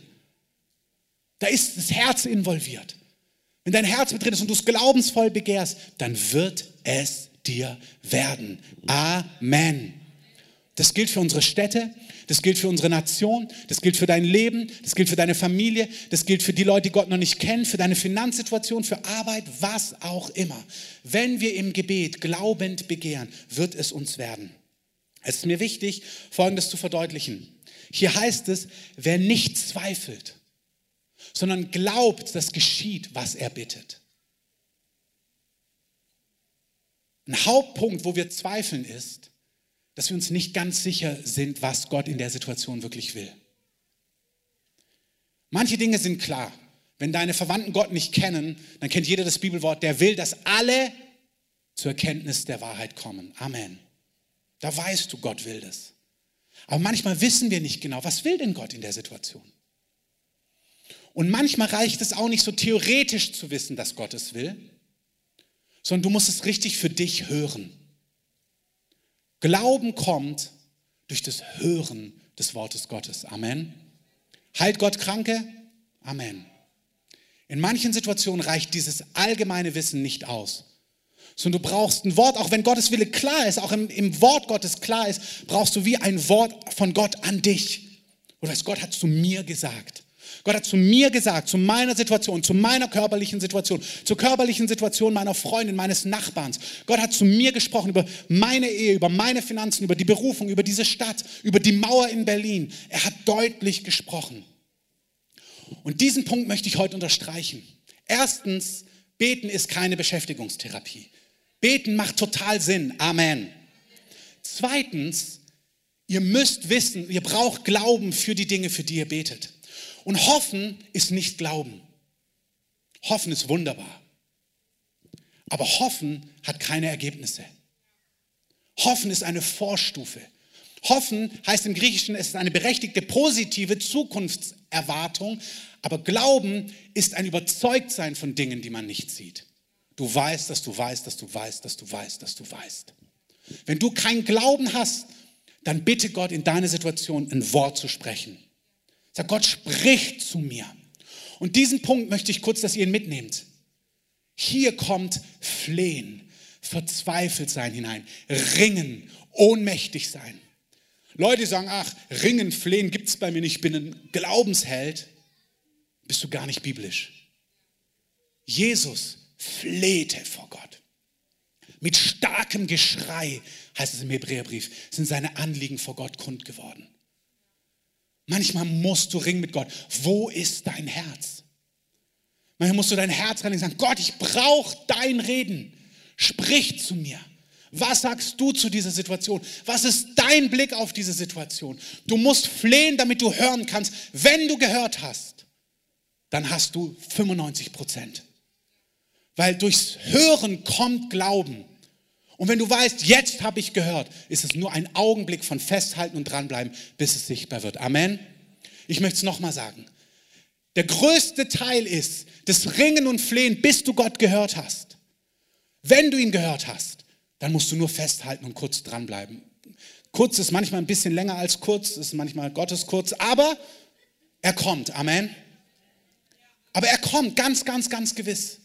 Da ist das Herz involviert. Wenn dein Herz mit drin ist und du es glaubensvoll begehrst, dann wird es dir werden. Amen. Das gilt für unsere Städte, das gilt für unsere Nation, das gilt für dein Leben, das gilt für deine Familie, das gilt für die Leute, die Gott noch nicht kennen, für deine Finanzsituation, für Arbeit, was auch immer. Wenn wir im Gebet glaubend begehren, wird es uns werden. Es ist mir wichtig, Folgendes zu verdeutlichen. Hier heißt es, wer nicht zweifelt, sondern glaubt, dass geschieht, was er bittet. Ein Hauptpunkt, wo wir zweifeln, ist, dass wir uns nicht ganz sicher sind, was Gott in der Situation wirklich will. Manche Dinge sind klar. Wenn deine Verwandten Gott nicht kennen, dann kennt jeder das Bibelwort, der will, dass alle zur Erkenntnis der Wahrheit kommen. Amen. Da weißt du, Gott will das. Aber manchmal wissen wir nicht genau, was will denn Gott in der Situation? Und manchmal reicht es auch nicht so theoretisch zu wissen, dass Gott es will, sondern du musst es richtig für dich hören. Glauben kommt durch das Hören des Wortes Gottes. Amen. Heilt Gott Kranke? Amen. In manchen Situationen reicht dieses allgemeine Wissen nicht aus. Sondern du brauchst ein Wort, auch wenn Gottes Wille klar ist, auch im Wort Gottes klar ist, brauchst du wie ein Wort von Gott an dich. Du weißt, Gott hat zu mir gesagt. Gott hat zu mir gesagt, zu meiner Situation, zu meiner körperlichen Situation, zur körperlichen Situation meiner Freundin, meines Nachbarns. Gott hat zu mir gesprochen über meine Ehe, über meine Finanzen, über die Berufung, über diese Stadt, über die Mauer in Berlin. Er hat deutlich gesprochen. Und diesen Punkt möchte ich heute unterstreichen. Erstens, Beten ist keine Beschäftigungstherapie. Beten macht total Sinn. Amen. Zweitens, ihr müsst wissen, ihr braucht Glauben für die Dinge, für die ihr betet. Und hoffen ist nicht Glauben. Hoffen ist wunderbar. Aber hoffen hat keine Ergebnisse. Hoffen ist eine Vorstufe. Hoffen heißt im Griechischen, es ist eine berechtigte, positive Zukunftserwartung. Aber Glauben ist ein Überzeugtsein von Dingen, die man nicht sieht. Du weißt, dass du weißt, dass du weißt, dass du weißt, dass du weißt. Wenn du keinen Glauben hast, dann bitte Gott in deine Situation ein Wort zu sprechen. Sag, Gott spricht zu mir. Und diesen Punkt möchte ich kurz, dass ihr ihn mitnehmt. Hier kommt Flehen, verzweifelt sein hinein, ringen, ohnmächtig sein. Leute sagen, ach, ringen, flehen gibt es bei mir nicht, ich bin ein Glaubensheld. Bist du gar nicht biblisch. Jesus flehte vor Gott. Mit starkem Geschrei, heißt es im Hebräerbrief, sind seine Anliegen vor Gott kund geworden. Manchmal musst du ringen mit Gott. Wo ist dein Herz? Manchmal musst du dein Herz reinlegen und sagen, Gott, ich brauche dein Reden. Sprich zu mir. Was sagst du zu dieser Situation? Was ist dein Blick auf diese Situation? Du musst flehen, damit du hören kannst. Wenn du gehört hast, dann hast du 95%. Weil durchs Hören kommt Glauben. Und wenn du weißt, jetzt habe ich gehört, ist es nur ein Augenblick von Festhalten und Dranbleiben, bis es sichtbar wird. Amen. Ich möchte es nochmal sagen. Der größte Teil ist das Ringen und Flehen, bis du Gott gehört hast. Wenn du ihn gehört hast, dann musst du nur festhalten und kurz dranbleiben. Kurz ist manchmal ein bisschen länger als kurz, ist manchmal Gottes kurz, aber er kommt. Amen. Aber er kommt ganz, ganz, ganz gewiss.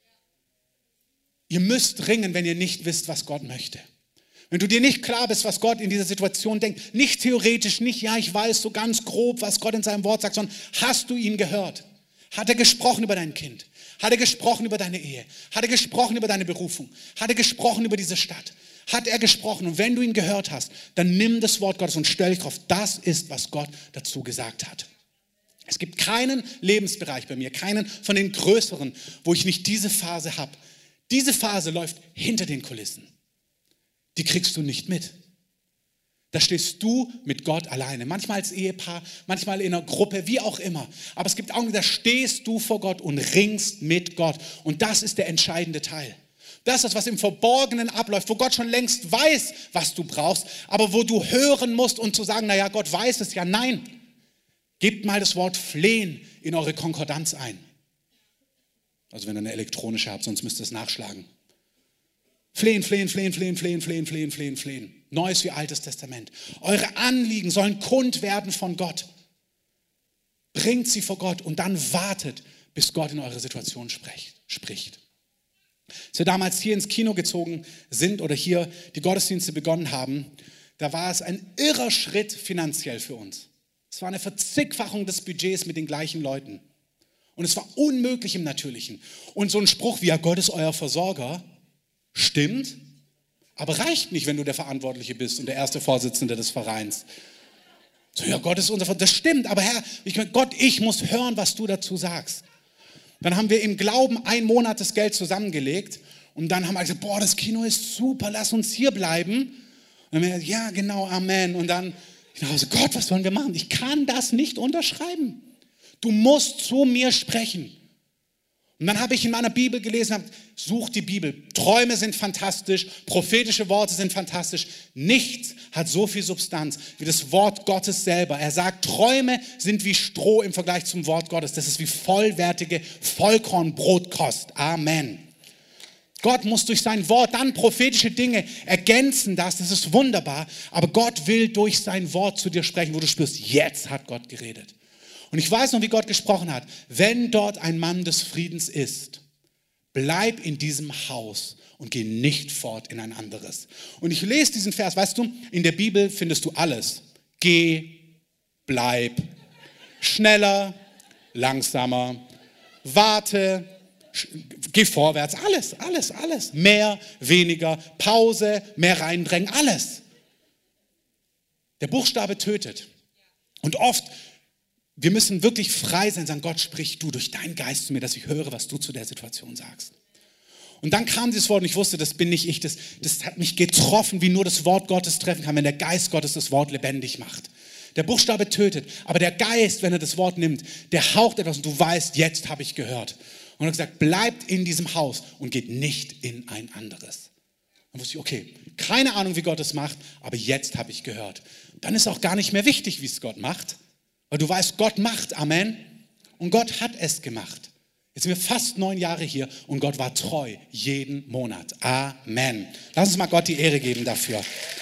Ihr müsst ringen, wenn ihr nicht wisst, was Gott möchte. Wenn du dir nicht klar bist, was Gott in dieser Situation denkt, nicht theoretisch, nicht, ja, ich weiß so ganz grob, was Gott in seinem Wort sagt, sondern hast du ihn gehört? Hat er gesprochen über dein Kind? Hat er gesprochen über deine Ehe? Hat er gesprochen über deine Berufung? Hat er gesprochen über diese Stadt? Hat er gesprochen? Und wenn du ihn gehört hast, dann nimm das Wort Gottes und stell dich drauf, das ist, was Gott dazu gesagt hat. Es gibt keinen Lebensbereich bei mir, keinen von den größeren, wo ich nicht diese Phase habe. Diese Phase läuft hinter den Kulissen. Die kriegst du nicht mit. Da stehst du mit Gott alleine. Manchmal als Ehepaar, manchmal in einer Gruppe, wie auch immer. Aber es gibt Augenblicke, da stehst du vor Gott und ringst mit Gott. Und das ist der entscheidende Teil. Das ist, was im Verborgenen abläuft, wo Gott schon längst weiß, was du brauchst, aber wo du hören musst und zu sagen, naja, Gott weiß es ja. Nein, gebt mal das Wort flehen in eure Konkordanz ein. Also wenn ihr eine elektronische habt, sonst müsst ihr es nachschlagen. Flehen, flehen, flehen, flehen, flehen, flehen, flehen, flehen, flehen. Neues wie Altes Testament. Eure Anliegen sollen kund werden von Gott. Bringt sie vor Gott und dann wartet, bis Gott in eure Situation spricht. Als wir damals hier ins Kino gezogen sind oder hier die Gottesdienste begonnen haben, da war es ein irrer Schritt finanziell für uns. Es war eine Verzigfachung des Budgets mit den gleichen Leuten. Und es war unmöglich im Natürlichen. Und so ein Spruch wie, ja, Gott ist euer Versorger, stimmt, aber reicht nicht, wenn du der Verantwortliche bist und der erste Vorsitzende des Vereins. So, ja, Gott ist unser Versorger, das stimmt, aber Herr, Gott, ich muss hören, was du dazu sagst. Dann haben wir im Glauben 1 Monat das Geld zusammengelegt und dann haben wir gesagt, boah, das Kino ist super, lass uns hier bleiben. Und dann haben wir gesagt, ja, genau, Amen. Und dann, ich dachte, Gott, was sollen wir machen? Ich kann das nicht unterschreiben. Du musst zu mir sprechen. Und dann habe ich in meiner Bibel gelesen, such die Bibel. Träume sind fantastisch, prophetische Worte sind fantastisch. Nichts hat so viel Substanz wie das Wort Gottes selber. Er sagt, Träume sind wie Stroh im Vergleich zum Wort Gottes. Das ist wie vollwertige Vollkornbrotkost. Amen. Gott muss durch sein Wort dann prophetische Dinge ergänzen. Das ist wunderbar. Aber Gott will durch sein Wort zu dir sprechen, wo du spürst, jetzt hat Gott geredet. Und ich weiß noch, wie Gott gesprochen hat. Wenn dort ein Mann des Friedens ist, bleib in diesem Haus und geh nicht fort in ein anderes. Und ich lese diesen Vers, weißt du, in der Bibel findest du alles. Geh, bleib, schneller, langsamer, warte, geh vorwärts, alles. Mehr, weniger, Pause, mehr reindrängen, alles. Der Buchstabe tötet. Und oft wir müssen wirklich frei sein, sagen, Gott, sprich du durch deinen Geist zu mir, dass ich höre, was du zu der Situation sagst. Und dann kam dieses Wort und ich wusste, das bin nicht ich, das hat mich getroffen, wie nur das Wort Gottes treffen kann, wenn der Geist Gottes das Wort lebendig macht. Der Buchstabe tötet, aber der Geist, wenn er das Wort nimmt, der haucht etwas und du weißt, jetzt habe ich gehört. Und er hat gesagt, bleibt in diesem Haus und geht nicht in ein anderes. Dann wusste ich, okay, keine Ahnung, wie Gott es macht, aber jetzt habe ich gehört. Dann ist auch gar nicht mehr wichtig, wie es Gott macht. Weil du weißt, Gott macht, Amen. Und Gott hat es gemacht. Jetzt sind wir fast 9 Jahre hier und Gott war treu jeden Monat. Amen. Lass uns mal Gott die Ehre geben dafür.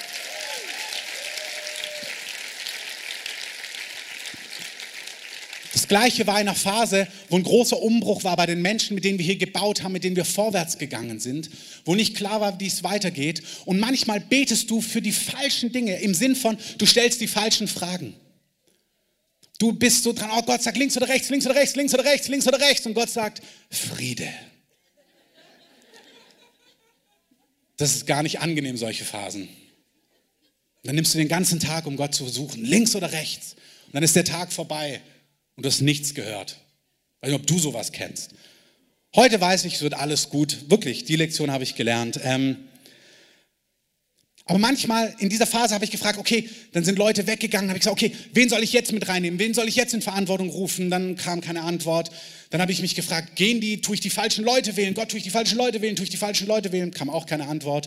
Das Gleiche war in einer Phase, wo ein großer Umbruch war bei den Menschen, mit denen wir hier gebaut haben, mit denen wir vorwärts gegangen sind, wo nicht klar war, wie es weitergeht. Und manchmal betest du für die falschen Dinge, im Sinn von, du stellst die falschen Fragen. Du bist so dran, oh Gott sagt links oder rechts, links oder rechts, links oder rechts, links oder rechts. Und Gott sagt Friede. Das ist gar nicht angenehm, solche Phasen. Und dann nimmst du den ganzen Tag, um Gott zu suchen, links oder rechts. Und dann ist der Tag vorbei und du hast nichts gehört. Ich weiß nicht, ob du sowas kennst. Heute weiß ich, es wird alles gut. Wirklich, die Lektion habe ich gelernt. Aber manchmal in dieser Phase habe ich gefragt, okay, dann sind Leute weggegangen, habe ich gesagt, okay, wen soll ich jetzt mit reinnehmen, wen soll ich jetzt in Verantwortung rufen? Dann kam keine Antwort. Dann habe ich mich gefragt, tue ich die falschen Leute wählen? Gott, tue ich die falschen Leute wählen? Tue ich die falschen Leute wählen? Kam auch keine Antwort.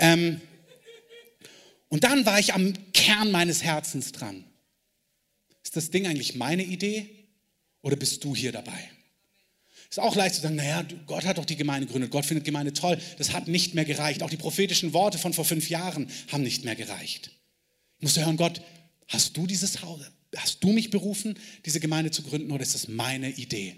Und dann war ich am Kern meines Herzens dran. Ist das Ding eigentlich meine Idee oder bist du hier dabei? Ist auch leicht zu sagen, naja, Gott hat doch die Gemeinde gegründet, Gott findet Gemeinde toll. Das hat nicht mehr gereicht. Auch die prophetischen Worte von vor 5 Jahren haben nicht mehr gereicht. Ich musste hören, Gott, hast du dieses Haus, hast du mich berufen, diese Gemeinde zu gründen oder ist das meine Idee?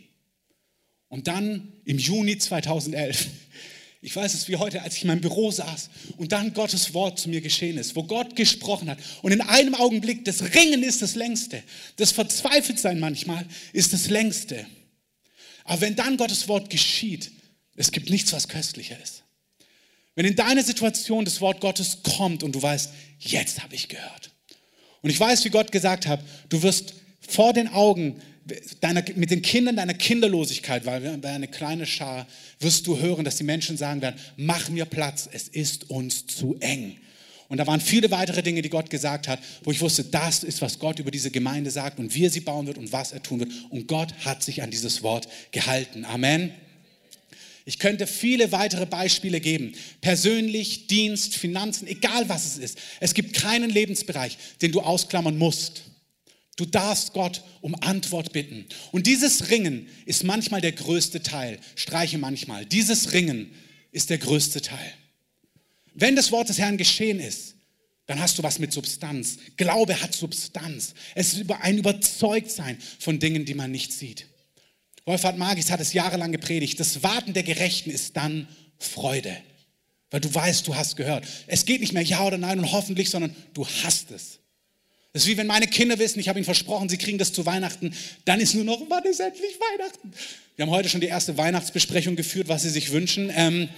Und dann im Juni 2011, ich weiß es wie heute, als ich in meinem Büro saß und dann Gottes Wort zu mir geschehen ist, wo Gott gesprochen hat und in einem Augenblick, das Ringen ist das Längste, das Verzweifeltsein manchmal ist das Längste. Aber wenn dann Gottes Wort geschieht, es gibt nichts, was köstlicher ist. Wenn in deine Situation das Wort Gottes kommt und du weißt, jetzt habe ich gehört. Und ich weiß, wie Gott gesagt hat, du wirst vor den Augen mit den Kindern deiner Kinderlosigkeit, weil wir eine kleine Schar, wirst du hören, dass die Menschen sagen werden, mach mir Platz, es ist uns zu eng. Und da waren viele weitere Dinge, die Gott gesagt hat, wo ich wusste, das ist, was Gott über diese Gemeinde sagt und wie er sie bauen wird und was er tun wird. Und Gott hat sich an dieses Wort gehalten. Amen. Ich könnte viele weitere Beispiele geben. Persönlich, Dienst, Finanzen, egal was es ist. Es gibt keinen Lebensbereich, den du ausklammern musst. Du darfst Gott um Antwort bitten. Und dieses Ringen ist manchmal der größte Teil. Streiche manchmal. Dieses Ringen ist der größte Teil. Wenn das Wort des Herrn geschehen ist, dann hast du was mit Substanz. Glaube hat Substanz. Es ist ein Überzeugtsein von Dingen, die man nicht sieht. Wolfhard Magis hat es jahrelang gepredigt. Das Warten der Gerechten ist dann Freude. Weil du weißt, du hast gehört. Es geht nicht mehr ja oder nein und hoffentlich, sondern du hast es. Das ist wie wenn meine Kinder wissen, ich habe ihnen versprochen, sie kriegen das zu Weihnachten. Dann ist nur noch, wann ist endlich Weihnachten? Wir haben heute schon die erste Weihnachtsbesprechung geführt, was sie sich wünschen.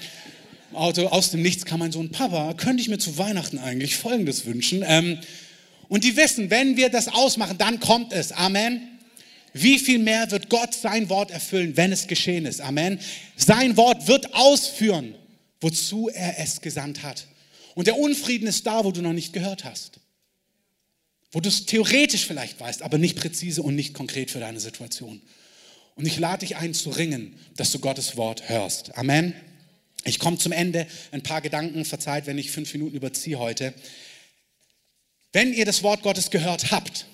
Auto aus dem Nichts kam mein Sohn, Papa, könnte ich mir zu Weihnachten eigentlich Folgendes wünschen? Und die wissen, wenn wir das ausmachen, dann kommt es. Amen. Wie viel mehr wird Gott sein Wort erfüllen, wenn es geschehen ist? Amen. Sein Wort wird ausführen, wozu er es gesandt hat. Und der Unfrieden ist da, wo du noch nicht gehört hast. wo du es theoretisch vielleicht weißt, aber nicht präzise und nicht konkret für deine Situation. Und ich lade dich ein zu ringen, dass du Gottes Wort hörst. Amen. Ich komme zum Ende. Ein paar Gedanken, verzeiht, wenn ich 5 Minuten überziehe heute. Wenn ihr das Wort Gottes gehört habt,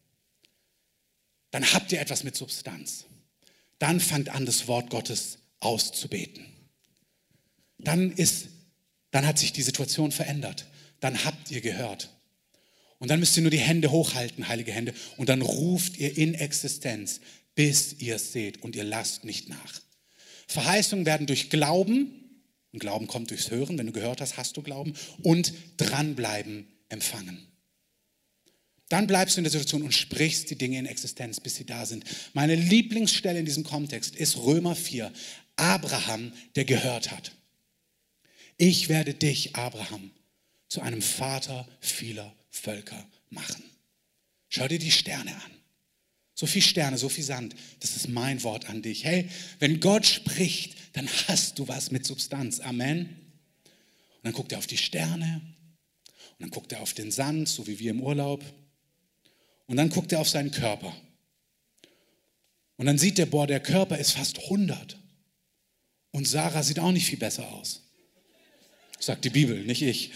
dann habt ihr etwas mit Substanz. Dann fangt an, das Wort Gottes auszubeten. Dann hat sich die Situation verändert. Dann habt ihr gehört. Und dann müsst ihr nur die Hände hochhalten, heilige Hände, und dann ruft ihr in Existenz, bis ihr es seht und ihr lasst nicht nach. Verheißungen werden durch Glauben, und Glauben kommt durchs Hören, wenn du gehört hast, hast du Glauben, und dranbleiben empfangen. Dann bleibst du in der Situation und sprichst die Dinge in Existenz, bis sie da sind. Meine Lieblingsstelle in diesem Kontext ist Römer 4, Abraham, der gehört hat. Ich werde dich, Abraham, zu einem Vater vieler Völker machen. Schau dir die Sterne an. So viel Sterne, so viel Sand. Das ist mein Wort an dich. Hey, wenn Gott spricht, dann hast du was mit Substanz. Amen. Und dann guckt er auf die Sterne. Und dann guckt er auf den Sand, so wie wir im Urlaub. Und dann guckt er auf seinen Körper. Und dann sieht er, boah, der Körper ist fast 100. Und Sarah sieht auch nicht viel besser aus. Sagt die Bibel, nicht ich.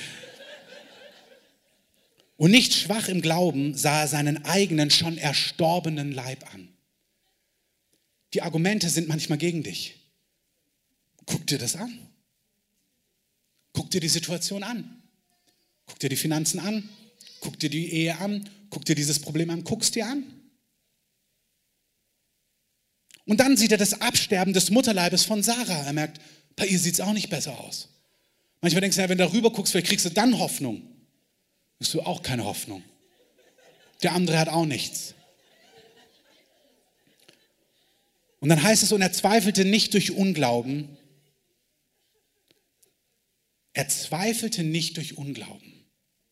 Und nicht schwach im Glauben sah er seinen eigenen, schon erstorbenen Leib an. Die Argumente sind manchmal gegen dich. Guck dir das an. Guck dir die Situation an. Guck dir die Finanzen an. Guck dir die Ehe an. Guck dir dieses Problem an. Guck es dir an. Und dann sieht er das Absterben des Mutterleibes von Sarah. Er merkt, bei ihr sieht es auch nicht besser aus. Manchmal denkst du, ja, wenn du darüber guckst, vielleicht kriegst du dann Hoffnung. Hast du auch keine Hoffnung. Der andere hat auch nichts. Und dann heißt es, und er zweifelte nicht durch Unglauben. Er zweifelte nicht durch Unglauben.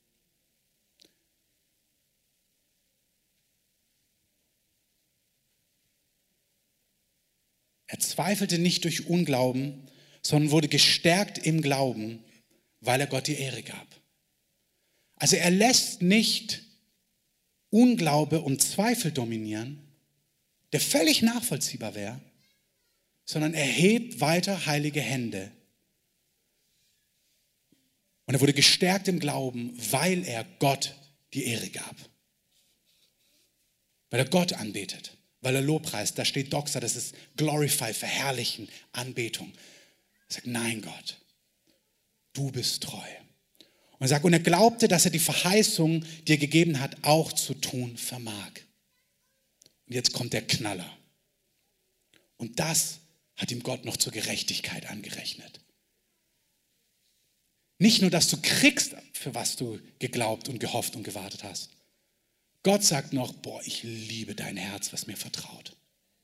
Er zweifelte nicht durch Unglauben, sondern wurde gestärkt im Glauben, weil er Gott die Ehre gab. Also er lässt nicht Unglaube und Zweifel dominieren, der völlig nachvollziehbar wäre, sondern er hebt weiter heilige Hände. Und er wurde gestärkt im Glauben, weil er Gott die Ehre gab. Weil er Gott anbetet, weil er Lobpreist. Da steht Doxa, das ist Glorify, verherrlichen, Anbetung. Er sagt, nein Gott, du bist treu. Und er sagt, und er glaubte, dass er die Verheißung, die er gegeben hat, auch zu tun vermag. Und jetzt kommt der Knaller. Und das hat ihm Gott noch zur Gerechtigkeit angerechnet. Nicht nur, dass du kriegst, für was du geglaubt und gehofft und gewartet hast. Gott sagt noch, boah, ich liebe dein Herz, was mir vertraut.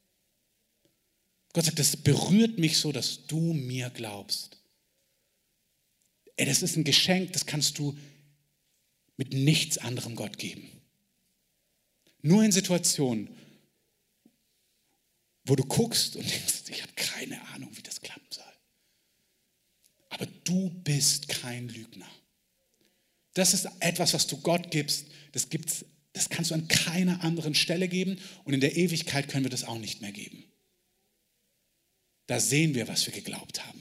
Gott sagt, das berührt mich so, dass du mir glaubst. Ey, das ist ein Geschenk, das kannst du mit nichts anderem Gott geben. Nur in Situationen, wo du guckst und denkst, ich habe keine Ahnung, wie das klappen soll. Aber du bist kein Lügner. Das ist etwas, was du Gott gibst. Das kannst du an keiner anderen Stelle geben und in der Ewigkeit können wir das auch nicht mehr geben. Da sehen wir, was wir geglaubt haben.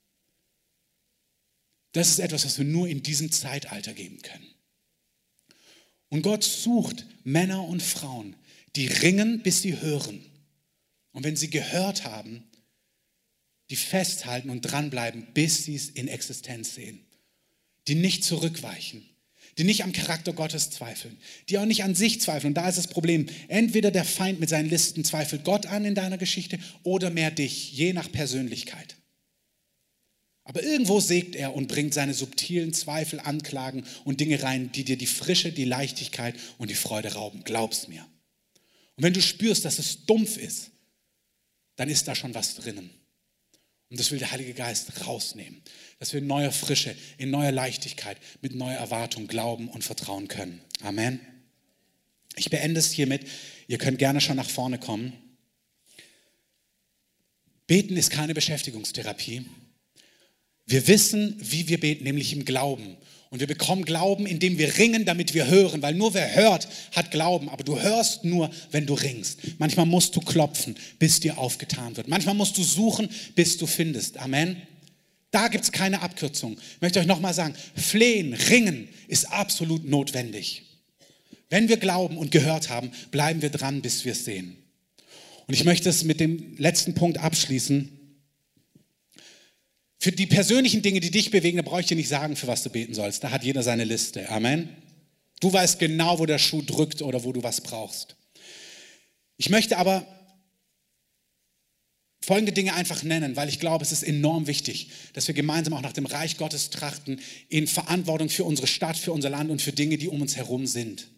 Das ist etwas, was wir nur in diesem Zeitalter geben können. Und Gott sucht Männer und Frauen, die ringen, bis sie hören. Und wenn sie gehört haben, die festhalten und dranbleiben, bis sie es in Existenz sehen. Die nicht zurückweichen, die nicht am Charakter Gottes zweifeln, die auch nicht an sich zweifeln. Und da ist das Problem, entweder der Feind mit seinen Listen zweifelt Gott an in deiner Geschichte oder mehr dich, je nach Persönlichkeit. Aber irgendwo sägt er und bringt seine subtilen Zweifel, Anklagen und Dinge rein, die dir die Frische, die Leichtigkeit und die Freude rauben. Glaub's mir. Und wenn du spürst, dass es dumpf ist, dann ist da schon was drinnen. Und das will der Heilige Geist rausnehmen. Dass wir in neuer Frische, in neuer Leichtigkeit, mit neuer Erwartung glauben und vertrauen können. Amen. Ich beende es hiermit. Ihr könnt gerne schon nach vorne kommen. Beten ist keine Beschäftigungstherapie. Wir wissen, wie wir beten, nämlich im Glauben. Und wir bekommen Glauben, indem wir ringen, damit wir hören. Weil nur wer hört, hat Glauben. Aber du hörst nur, wenn du ringst. Manchmal musst du klopfen, bis dir aufgetan wird. Manchmal musst du suchen, bis du findest. Amen. Da gibt es keine Abkürzung. Ich möchte euch nochmal sagen, flehen, ringen ist absolut notwendig. Wenn wir glauben und gehört haben, bleiben wir dran, bis wir es sehen. Und ich möchte es mit dem letzten Punkt abschließen. Für die persönlichen Dinge, die dich bewegen, da brauche ich dir nicht sagen, für was du beten sollst. Da hat jeder seine Liste. Amen. Du weißt genau, wo der Schuh drückt oder wo du was brauchst. Ich möchte aber folgende Dinge einfach nennen, weil ich glaube, es ist enorm wichtig, dass wir gemeinsam auch nach dem Reich Gottes trachten, in Verantwortung für unsere Stadt, für unser Land und für Dinge, die um uns herum sind.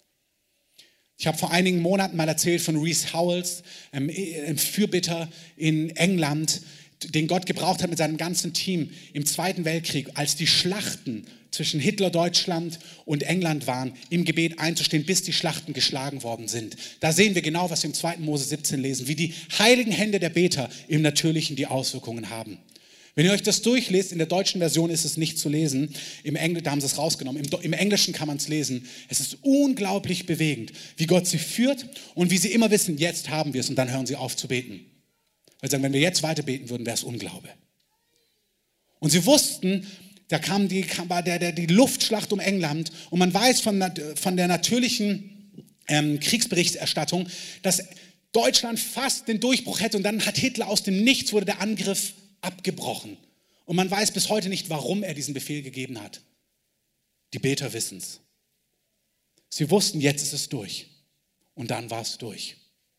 Ich habe vor einigen Monaten mal erzählt von Rees Howells, einem Fürbitter in England, den Gott gebraucht hat mit seinem ganzen Team im Zweiten Weltkrieg, als die Schlachten zwischen Hitler-Deutschland und England waren, im Gebet einzustehen, bis die Schlachten geschlagen worden sind. Da sehen wir genau, was wir im 2. Mose 17 lesen, wie die heiligen Hände der Beter im Natürlichen die Auswirkungen haben. Wenn ihr euch das durchlest, in der deutschen Version ist es nicht zu lesen, da haben sie es rausgenommen, im Englischen kann man es lesen. Es ist unglaublich bewegend, wie Gott sie führt und wie sie immer wissen, jetzt haben wir es und dann hören sie auf zu beten. Weil sie sagen, wenn wir jetzt weiter beten würden, wäre es Unglaube. Und sie wussten, da kam die Luftschlacht um England und man weiß von der natürlichen Kriegsberichterstattung, dass Deutschland fast den Durchbruch hätte und dann hat Hitler aus dem Nichts, wurde der Angriff abgebrochen. Und man weiß bis heute nicht, warum er diesen Befehl gegeben hat. Die Beter wissen es. Sie wussten, jetzt ist es durch. Und dann war es durch.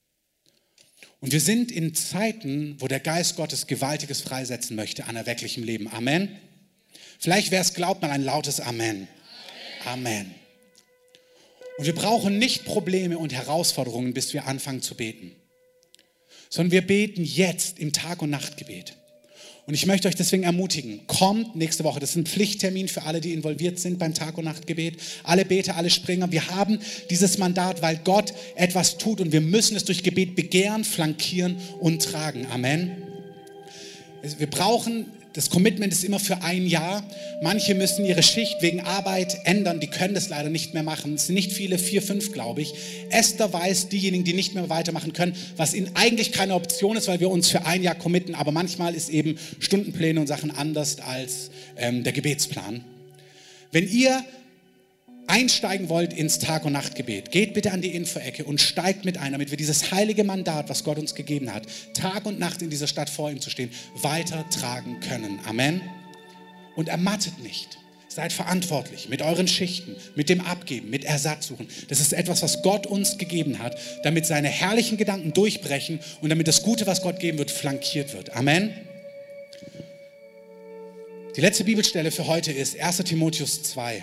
Und wir sind in Zeiten, wo der Geist Gottes Gewaltiges freisetzen möchte an erwecklichem Leben. Amen. Vielleicht wäre es, glaubt man, ein lautes Amen. Amen. Und wir brauchen nicht Probleme und Herausforderungen, bis wir anfangen zu beten. Sondern wir beten jetzt im Tag- und Nachtgebet. Und ich möchte euch deswegen ermutigen, kommt nächste Woche, das ist ein Pflichttermin für alle, die involviert sind beim Tag- und Nachtgebet. Alle Beter, alle Springer, wir haben dieses Mandat, weil Gott etwas tut und wir müssen es durch Gebet begehren, flankieren und tragen. Amen. Wir brauchen, das Commitment ist immer für ein Jahr. Manche müssen ihre Schicht wegen Arbeit ändern, die können das leider nicht mehr machen. Es sind nicht viele, 4, 5, glaube ich. Esther weiß, diejenigen, die nicht mehr weitermachen können, was ihnen eigentlich keine Option ist, weil wir uns für ein Jahr committen, aber manchmal ist eben Stundenpläne und Sachen anders als der Gebetsplan. Wenn ihr einsteigen wollt ins Tag- und Nachtgebet, geht bitte an die Info-Ecke und steigt mit ein, damit wir dieses heilige Mandat, was Gott uns gegeben hat, Tag und Nacht in dieser Stadt vor ihm zu stehen, weitertragen können. Amen. Und ermattet nicht. Seid verantwortlich mit euren Schichten, mit dem Abgeben, mit Ersatz suchen. Das ist etwas, was Gott uns gegeben hat, damit seine herrlichen Gedanken durchbrechen und damit das Gute, was Gott geben wird, flankiert wird. Amen. Die letzte Bibelstelle für heute ist 1. Timotheus 2.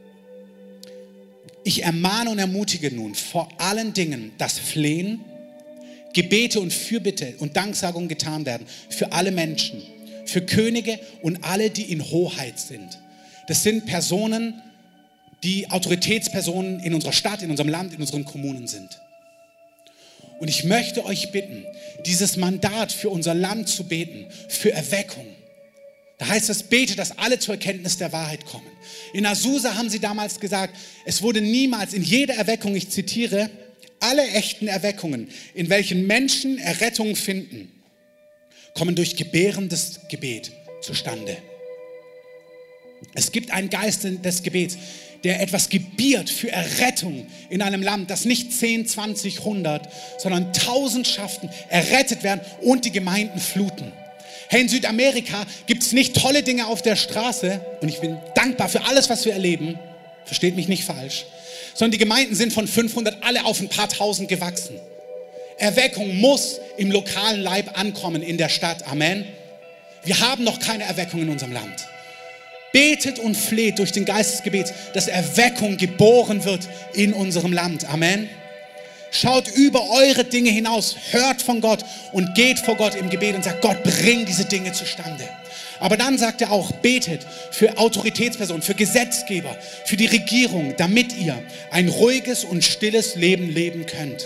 Ich ermahne und ermutige nun vor allen Dingen, dass Flehen, Gebete und Fürbitte und Danksagung getan werden für alle Menschen, für Könige und alle, die in Hoheit sind. Das sind Personen, die Autoritätspersonen in unserer Stadt, in unserem Land, in unseren Kommunen sind. Und ich möchte euch bitten, dieses Mandat für unser Land zu beten, für Erweckung. Da heißt es, bete, dass alle zur Erkenntnis der Wahrheit kommen. In Azusa haben sie damals gesagt, es wurde niemals in jeder Erweckung, ich zitiere, alle echten Erweckungen, in welchen Menschen Errettung finden, kommen durch gebärendes Gebet zustande. Es gibt einen Geist des Gebets, der etwas gebiert für Errettung in einem Land, das nicht 10, 20, 100, sondern Tausendschaften errettet werden und die Gemeinden fluten. Hey, in Südamerika gibt es nicht tolle Dinge auf der Straße und ich bin dankbar für alles, was wir erleben, versteht mich nicht falsch, sondern die Gemeinden sind von 500 alle auf ein paar Tausend gewachsen. Erweckung muss im lokalen Leib ankommen in der Stadt. Amen. Wir haben noch keine Erweckung in unserem Land. Betet und fleht durch den Geist des Gebets, dass Erweckung geboren wird in unserem Land. Amen. Schaut über eure Dinge hinaus, hört von Gott und geht vor Gott im Gebet und sagt, Gott, bring diese Dinge zustande. Aber dann sagt er auch, betet für Autoritätspersonen, für Gesetzgeber, für die Regierung, damit ihr ein ruhiges und stilles Leben leben könnt.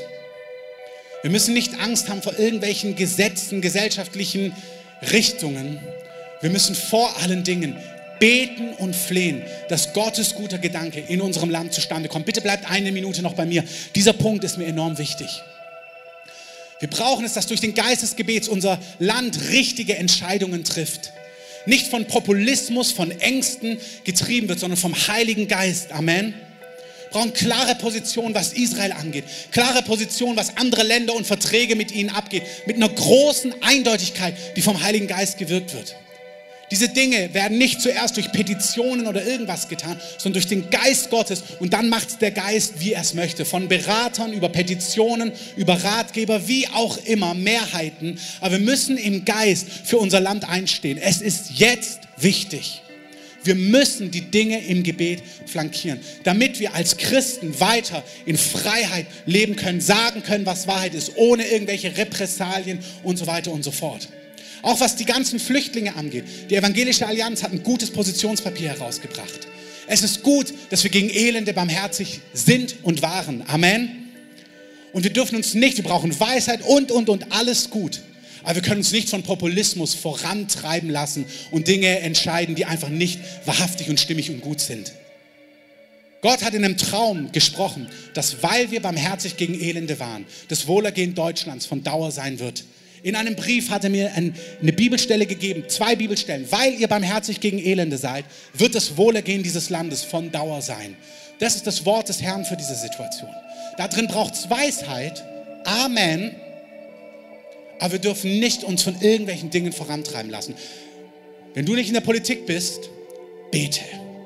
Wir müssen nicht Angst haben vor irgendwelchen Gesetzen, gesellschaftlichen Richtungen, Wir müssen vor allen Dingen beten und flehen, dass Gottes guter Gedanke in unserem Land zustande kommt. Bitte bleibt eine Minute noch bei mir. Dieser Punkt ist mir enorm wichtig. Wir brauchen es, dass durch den Geist des Gebets unser Land richtige Entscheidungen trifft. Nicht von Populismus, von Ängsten getrieben wird, sondern vom Heiligen Geist. Amen. Wir brauchen klare Positionen, was Israel angeht. Klare Positionen, was andere Länder und Verträge mit ihnen abgeht. Mit einer großen Eindeutigkeit, die vom Heiligen Geist gewirkt wird. Diese Dinge werden nicht zuerst durch Petitionen oder irgendwas getan, sondern durch den Geist Gottes. Und dann macht der Geist, wie er es möchte. Von Beratern über Petitionen, über Ratgeber, wie auch immer, Mehrheiten. Aber wir müssen im Geist für unser Land einstehen. Es ist jetzt wichtig. Wir müssen die Dinge im Gebet flankieren, damit wir als Christen weiter in Freiheit leben können, sagen können, was Wahrheit ist, ohne irgendwelche Repressalien und so weiter und so fort. Auch was die ganzen Flüchtlinge angeht. Die Evangelische Allianz hat ein gutes Positionspapier herausgebracht. Es ist gut, dass wir gegen Elende barmherzig sind und waren. Amen. Und wir dürfen uns nicht, wir brauchen Weisheit und alles gut. Aber wir können uns nicht von Populismus vorantreiben lassen und Dinge entscheiden, die einfach nicht wahrhaftig und stimmig und gut sind. Gott hat in einem Traum gesprochen, dass, weil wir barmherzig gegen Elende waren, das Wohlergehen Deutschlands von Dauer sein wird. In einem Brief hat er mir eine Bibelstelle gegeben, 2 Bibelstellen. Weil ihr barmherzig gegen Elende seid, wird das Wohlergehen dieses Landes von Dauer sein. Das ist das Wort des Herrn für diese Situation. Da drin braucht es Weisheit. Amen. Aber wir dürfen nicht uns von irgendwelchen Dingen vorantreiben lassen. Wenn du nicht in der Politik bist, bete.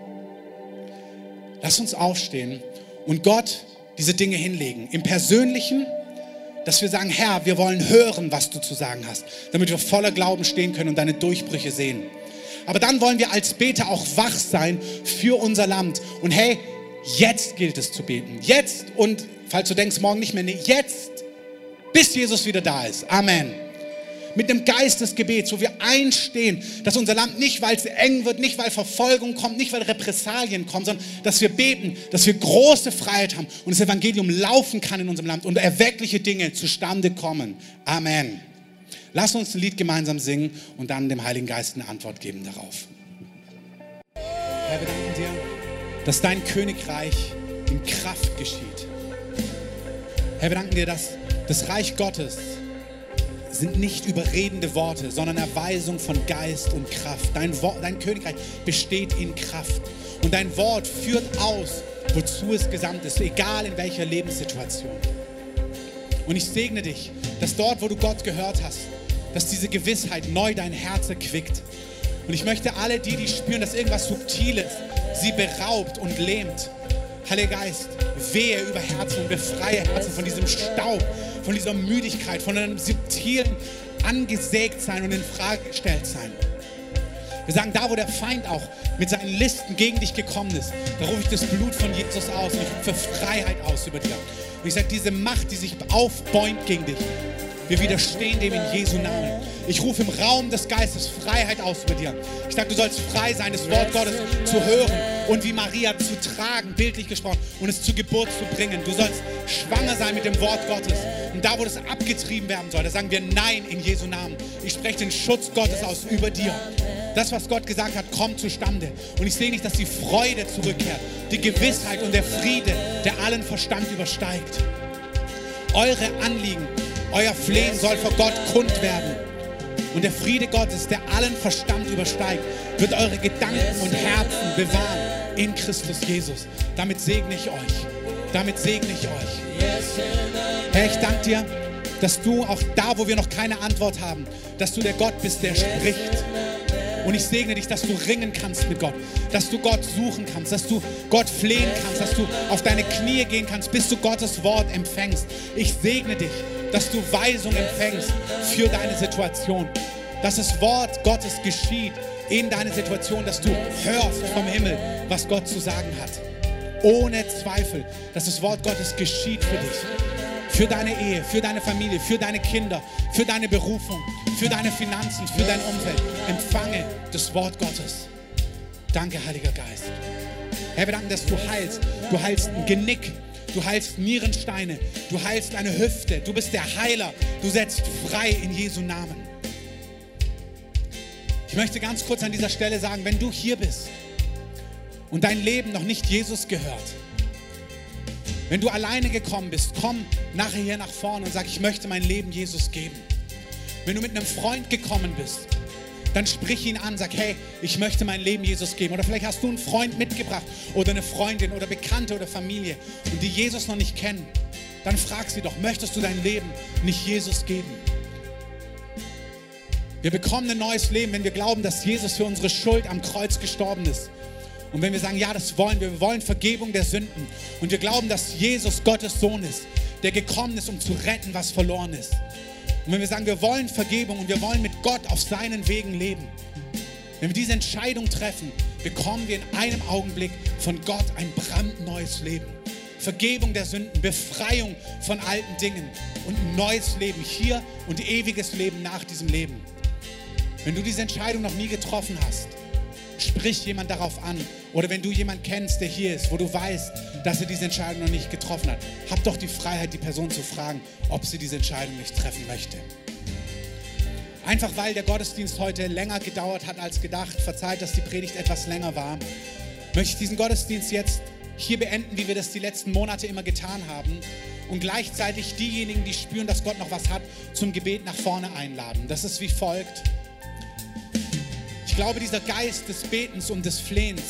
Lass uns aufstehen und Gott diese Dinge hinlegen. Im Persönlichen, dass wir sagen, Herr, wir wollen hören, was du zu sagen hast, damit wir voller Glauben stehen können und deine Durchbrüche sehen. Aber dann wollen wir als Beter auch wach sein für unser Land. Und hey, jetzt gilt es zu beten. Jetzt und, falls du denkst, morgen nicht mehr, nee, jetzt, bis Jesus wieder da ist. Amen. Mit einem Geist des Gebets, wo wir einstehen, dass unser Land nicht, weil es eng wird, nicht weil Verfolgung kommt, nicht weil Repressalien kommen, sondern dass wir beten, dass wir große Freiheit haben und das Evangelium laufen kann in unserem Land und erweckliche Dinge zustande kommen. Amen. Lass uns ein Lied gemeinsam singen und dann dem Heiligen Geist eine Antwort geben darauf. Herr, wir danken dir, dass dein Königreich in Kraft geschieht. Herr, wir danken dir, dass das Reich Gottes sind nicht überredende Worte, sondern Erweisung von Geist und Kraft. Dein Königreich besteht in Kraft. Und dein Wort führt aus, wozu es gesandt ist, egal in welcher Lebenssituation. Und ich segne dich, dass dort, wo du Gott gehört hast, dass diese Gewissheit neu dein Herz erquickt. Und ich möchte alle die spüren, dass irgendwas Subtiles sie beraubt und lähmt. Heiliger Geist, wehe über Herzen und befreie Herzen von diesem Staub, von dieser Müdigkeit, von einem subtilen Angesägtsein und in Frage gestellt sein. Wir sagen, da wo der Feind auch mit seinen Listen gegen dich gekommen ist, da rufe ich das Blut von Jesus aus und ich rufe Freiheit aus über dir. Und ich sage, diese Macht, die sich aufbäumt gegen dich, wir widerstehen dem in Jesu Namen. Ich rufe im Raum des Geistes Freiheit aus über dir. Ich sage, du sollst frei sein, das Wort Gottes zu hören und wie Maria zu tragen, bildlich gesprochen, und es zur Geburt zu bringen. Du sollst schwanger sein mit dem Wort Gottes. Und da, wo das abgetrieben werden soll, da sagen wir Nein in Jesu Namen. Ich spreche den Schutz Gottes aus über dir. Das, was Gott gesagt hat, kommt zustande. Und ich sehe nicht, dass die Freude zurückkehrt, die Gewissheit und der Friede, der allen Verstand übersteigt. Eure Anliegen, euer Flehen soll vor Gott kund werden. Und der Friede Gottes, der allen Verstand übersteigt, wird eure Gedanken und Herzen bewahren in Christus Jesus. Damit segne ich euch. Damit segne ich euch. Herr, ich danke dir, dass du auch da, wo wir noch keine Antwort haben, dass du der Gott bist, der spricht. Und ich segne dich, dass du ringen kannst mit Gott, dass du Gott suchen kannst, dass du Gott flehen kannst, dass du auf deine Knie gehen kannst, bis du Gottes Wort empfängst. Ich segne dich, dass du Weisung empfängst für deine Situation, dass das Wort Gottes geschieht in deine Situation, dass du hörst vom Himmel, was Gott zu sagen hat. Ohne Zweifel, dass das Wort Gottes geschieht für dich, für deine Ehe, für deine Familie, für deine Kinder, für deine Berufung, für deine Finanzen, für dein Umfeld. Empfange das Wort Gottes. Danke, Heiliger Geist. Herr, wir danken, dass du heilst. Du heilst ein Genick. Du heilst Nierensteine. Du heilst eine Hüfte. Du bist der Heiler. Du setzt frei in Jesu Namen. Ich möchte ganz kurz an dieser Stelle sagen, wenn du hier bist und dein Leben noch nicht Jesus gehört, wenn du alleine gekommen bist, komm nachher hier nach vorne und sag, ich möchte mein Leben Jesus geben. Wenn du mit einem Freund gekommen bist, dann sprich ihn an, sag, hey, ich möchte mein Leben Jesus geben. Oder vielleicht hast du einen Freund mitgebracht oder eine Freundin oder Bekannte oder Familie und die Jesus noch nicht kennen. Dann frag sie doch, möchtest du dein Leben nicht Jesus geben? Wir bekommen ein neues Leben, wenn wir glauben, dass Jesus für unsere Schuld am Kreuz gestorben ist. Und wenn wir sagen, ja, das wollen wir wollen Vergebung der Sünden. Und wir glauben, dass Jesus Gottes Sohn ist, der gekommen ist, um zu retten, was verloren ist. Und wenn wir sagen, wir wollen Vergebung und wir wollen mit Gott auf seinen Wegen leben, wenn wir diese Entscheidung treffen, bekommen wir in einem Augenblick von Gott ein brandneues Leben. Vergebung der Sünden, Befreiung von alten Dingen und ein neues Leben hier und ewiges Leben nach diesem Leben. Wenn du diese Entscheidung noch nie getroffen hast, sprich jemand darauf an. Oder wenn du jemanden kennst, der hier ist, wo du weißt, dass er diese Entscheidung noch nicht getroffen hat, hab doch die Freiheit, die Person zu fragen, ob sie diese Entscheidung nicht treffen möchte. Einfach weil der Gottesdienst heute länger gedauert hat als gedacht, verzeiht, dass die Predigt etwas länger war, möchte ich diesen Gottesdienst jetzt hier beenden, wie wir das die letzten Monate immer getan haben und gleichzeitig diejenigen, die spüren, dass Gott noch was hat, zum Gebet nach vorne einladen. Das ist wie folgt. Ich glaube, dieser Geist des Betens und des Flehens,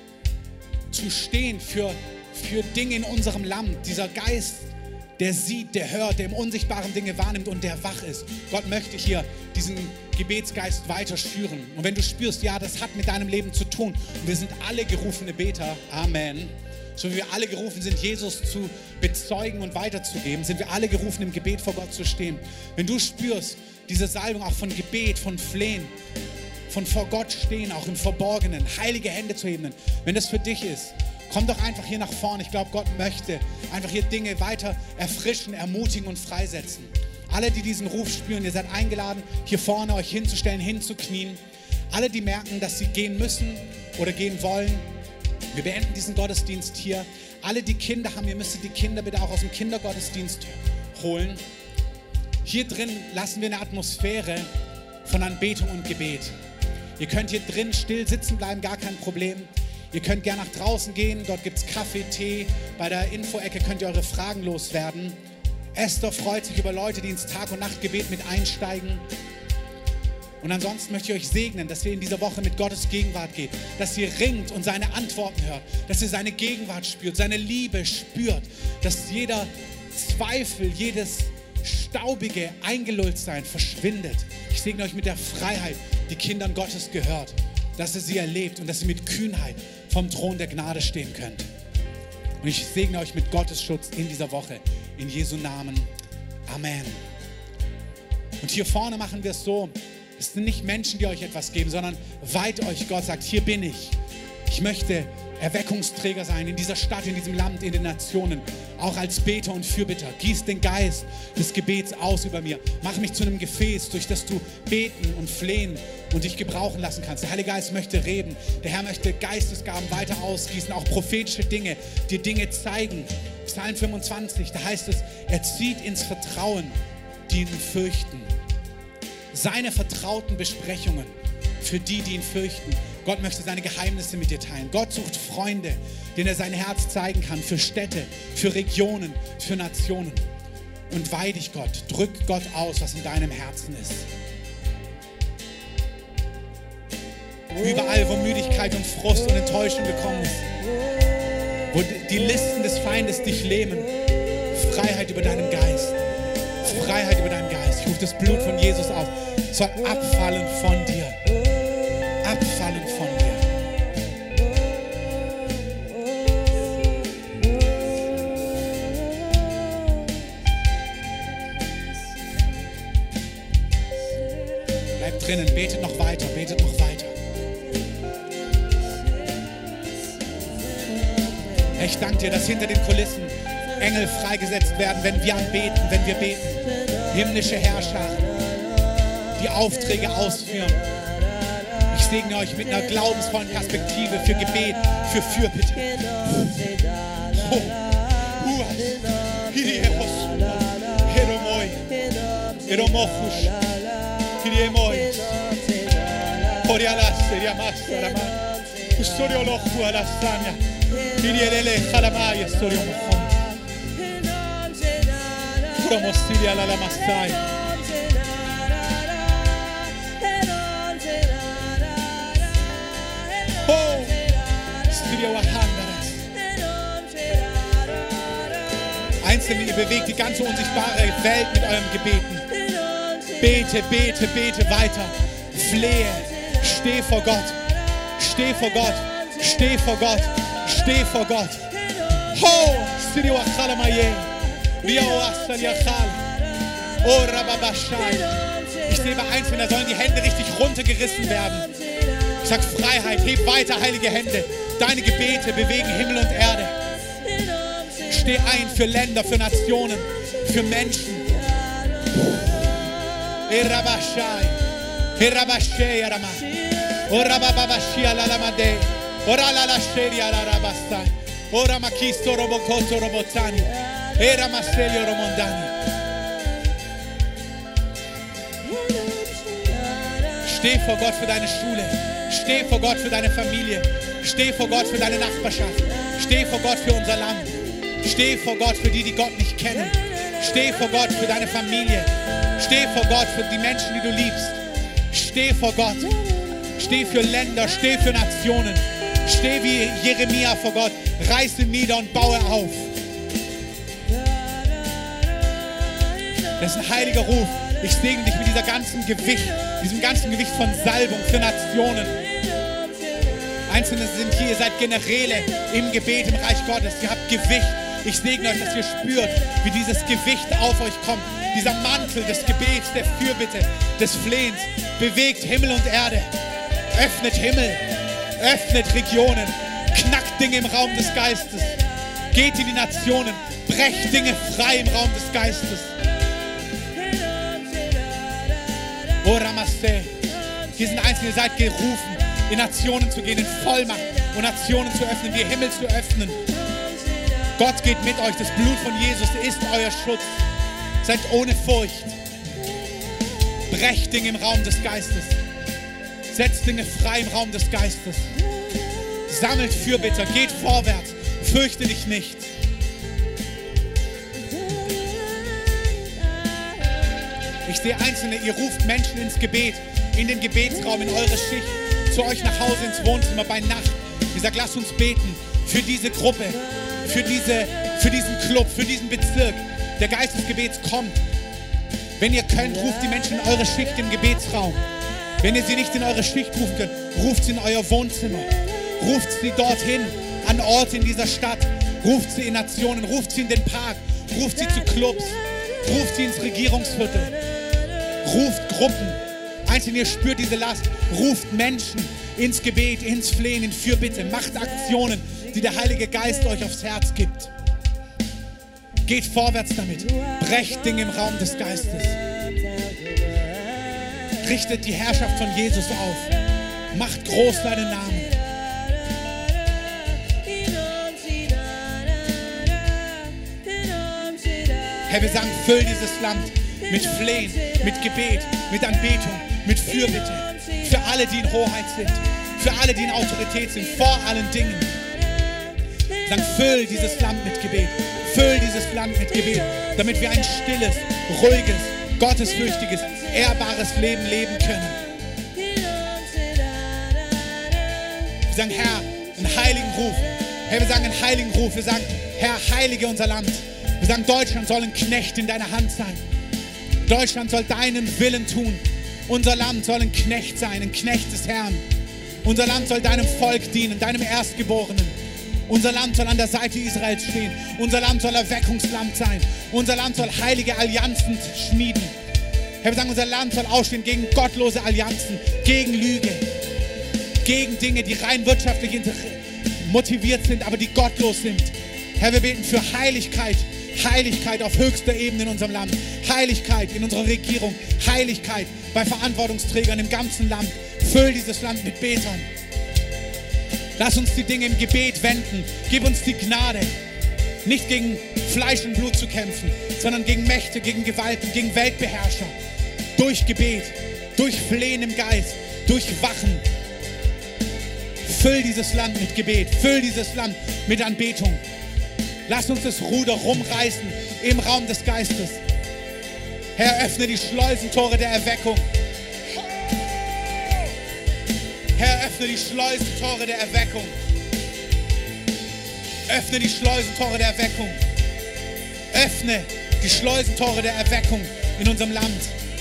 zu stehen für Dinge in unserem Land, dieser Geist, der sieht, der hört, der im Unsichtbaren Dinge wahrnimmt und der wach ist. Gott möchte hier diesen Gebetsgeist weiter schüren. Und wenn du spürst, ja, das hat mit deinem Leben zu tun, und wir sind alle gerufene Beter, Amen, so wie wir alle gerufen sind, Jesus zu bezeugen und weiterzugeben, sind wir alle gerufen, im Gebet vor Gott zu stehen. Wenn du spürst, diese Salbung auch von Gebet, von Flehen, von vor Gott stehen, auch im Verborgenen, heilige Hände zu heben. Wenn das für dich ist, komm doch einfach hier nach vorne. Ich glaube, Gott möchte einfach hier Dinge weiter erfrischen, ermutigen und freisetzen. Alle, die diesen Ruf spüren, ihr seid eingeladen, hier vorne euch hinzustellen, hinzuknien. Alle, die merken, dass sie gehen müssen oder gehen wollen, wir beenden diesen Gottesdienst hier. Alle, die Kinder haben, ihr müsstet die Kinder bitte auch aus dem Kindergottesdienst holen. Hier drin lassen wir eine Atmosphäre von Anbetung und Gebet. Ihr könnt hier drin still sitzen bleiben, gar kein Problem. Ihr könnt gerne nach draußen gehen, dort gibt es Kaffee, Tee. Bei der Infoecke könnt ihr eure Fragen loswerden. Esther freut sich über Leute, die ins Tag- und Nachtgebet mit einsteigen. Und ansonsten möchte ich euch segnen, dass ihr in dieser Woche mit Gottes Gegenwart geht, dass ihr ringt und seine Antworten hört, dass ihr seine Gegenwart spürt, seine Liebe spürt, dass jeder Zweifel, jedes staubige Eingelulltsein verschwindet. Ich segne euch mit der Freiheit, die Kindern Gottes gehört, dass ihr sie erlebt und dass ihr mit Kühnheit vom Thron der Gnade stehen könnt. Und ich segne euch mit Gottes Schutz in dieser Woche. In Jesu Namen. Amen. Und hier vorne machen wir es so, es sind nicht Menschen, die euch etwas geben, sondern weit euch Gott sagt, hier bin ich. Ich möchte Erweckungsträger sein in dieser Stadt, in diesem Land, in den Nationen, auch als Beter und Fürbitter. Gieß den Geist des Gebets aus über mir. Mach mich zu einem Gefäß, durch das du beten und flehen und dich gebrauchen lassen kannst. Der Heilige Geist möchte reden. Der Herr möchte Geistesgaben weiter ausgießen, auch prophetische Dinge, dir Dinge zeigen. Psalm 25, da heißt es, er zieht ins Vertrauen, die ihn fürchten. Seine vertrauten Besprechungen für die, die ihn fürchten. Gott möchte seine Geheimnisse mit dir teilen. Gott sucht Freunde, denen er sein Herz zeigen kann, für Städte, für Regionen, für Nationen. Und weih dich Gott, drück Gott aus, was in deinem Herzen ist. Überall, wo Müdigkeit und Frust und Enttäuschung gekommen ist, wo die Listen des Feindes dich lähmen, Freiheit über deinen Geist. Freiheit über deinen Geist. Ich rufe das Blut von Jesus auf. Es soll abfallen von dir. Abfallen von dir. Bleibt drinnen, betet noch weiter, betet noch weiter. Herr, ich danke dir, dass hinter den Kulissen Engel freigesetzt werden, wenn wir anbeten, wenn wir beten. Himmlische Herrscher, die Aufträge ausführen. Ich segne euch mit einer glaubensvollen Perspektive für Gebet, für Fürbitte. Gloria la seria massa ma. Custodio lo qua la stania. Miriele calamai storio mo. Como siria la masai. Oh, Studio Wahandaras. Einzelne, ihr bewegt die ganze unsichtbare Welt mit euren Gebeten. Bete, bete, bete weiter. Flehe. Steh vor Gott. Steh vor Gott. Steh vor Gott. Steh vor Gott. Ho! Studio Wachalamaye. Ria Oasal Yachal. Oh, Rababashai. Ich sehe bei Einzelnen, da sollen die Hände richtig runtergerissen werden. Ich sag Freiheit, heb weiter, heilige Hände. Deine Gebete bewegen Himmel und Erde. Steh ein für Länder, für Nationen, für Menschen. Erabashai, Erabashai Arama, Orababashi Alalamade, Oralalasheri Alarabastai, Oramakisto Robokoto Robotani, Eramaselio Romondani. Steh vor Gott für deine Schule. Steh vor Gott für deine Familie. Steh vor Gott für deine Nachbarschaft. Steh vor Gott für unser Land. Steh vor Gott für die, die Gott nicht kennen. Steh vor Gott für deine Familie. Steh vor Gott für die Menschen, die du liebst. Steh vor Gott. Steh für Länder. Steh für Nationen. Steh wie Jeremia vor Gott. Reiße nieder und baue auf. Das ist ein heiliger Ruf. Ich segne dich mit diesem ganzen Gewicht von Salbung für Nationen. Einzelne sind hier, ihr seid Generäle im Gebet, im Reich Gottes. Ihr habt Gewicht. Ich segne euch, dass ihr spürt, wie dieses Gewicht auf euch kommt. Dieser Mantel des Gebets, der Fürbitte, des Flehens, bewegt Himmel und Erde. Öffnet Himmel, öffnet Regionen, knackt Dinge im Raum des Geistes. Geht in die Nationen, brecht Dinge frei im Raum des Geistes. Oh Ramasse, hier sind Einzelne, ihr seid gerufen, in Nationen zu gehen, in Vollmacht und Nationen zu öffnen, die Himmel zu öffnen. Gott geht mit euch, das Blut von Jesus ist euer Schutz. Seid ohne Furcht. Brecht Dinge im Raum des Geistes. Setzt Dinge frei im Raum des Geistes. Sammelt Fürbitter, geht vorwärts, fürchte dich nicht. Ich sehe Einzelne, ihr ruft Menschen ins Gebet, in den Gebetsraum, in eure Schicht, zu euch nach Hause ins Wohnzimmer bei Nacht. Ihr sagt, lasst uns beten für diese Gruppe, für diesen Club, für diesen Bezirk. Der Geist des Gebets kommt. Wenn ihr könnt, ruft die Menschen in eure Schicht im Gebetsraum. Wenn ihr sie nicht in eure Schicht rufen könnt, ruft sie in euer Wohnzimmer. Ruft sie dorthin, an Orte in dieser Stadt. Ruft sie in Nationen, ruft sie in den Park, ruft sie zu Clubs, ruft sie ins Regierungsviertel. Ruft Gruppen. Einzelne, ihr spürt diese Last. Ruft Menschen ins Gebet, ins Flehen, in Fürbitte. Macht Aktionen, die der Heilige Geist euch aufs Herz gibt. Geht vorwärts damit. Brecht Dinge im Raum des Geistes. Richtet die Herrschaft von Jesus auf. Macht groß deinen Namen. Herr, wir sagen, füll dieses Land mit Flehen, mit Gebet, mit Anbetung, mit Fürbitte. Für alle, die in Hoheit sind. Für alle, die in Autorität sind. Vor allen Dingen. Wir sagen, füll dieses Land mit Gebet. Füll dieses Land mit Gebet, damit wir ein stilles, ruhiges, gottesfürchtiges, ehrbares Leben leben können. Wir sagen, Herr, einen heiligen Ruf. Herr, wir sagen einen heiligen Ruf. Wir sagen, Herr, heilige unser Land. Wir sagen, Deutschland soll ein Knecht in deiner Hand sein. Deutschland soll deinen Willen tun. Unser Land soll ein Knecht sein, ein Knecht des Herrn. Unser Land soll deinem Volk dienen, deinem Erstgeborenen. Unser Land soll an der Seite Israels stehen. Unser Land soll Erweckungsland sein. Unser Land soll heilige Allianzen schmieden. Herr, wir sagen, unser Land soll aufstehen gegen gottlose Allianzen, gegen Lüge, gegen Dinge, die rein wirtschaftlich motiviert sind, aber die gottlos sind. Herr, wir beten für Heiligkeit. Heiligkeit auf höchster Ebene in unserem Land. Heiligkeit in unserer Regierung. Heiligkeit bei Verantwortungsträgern im ganzen Land. Füll dieses Land mit Betern. Lass uns die Dinge im Gebet wenden. Gib uns die Gnade, nicht gegen Fleisch und Blut zu kämpfen, sondern gegen Mächte, gegen Gewalten, gegen Weltbeherrscher. Durch Gebet, durch Flehen im Geist, durchwachen. Füll dieses Land mit Gebet, füll dieses Land mit Anbetung. Lass uns das Ruder rumreißen im Raum des Geistes. Herr, öffne die Schleusentore der Erweckung. Herr, öffne die Schleusentore der Erweckung. Öffne die Schleusentore der Erweckung. Öffne die Schleusentore der Erweckung in unserem Land.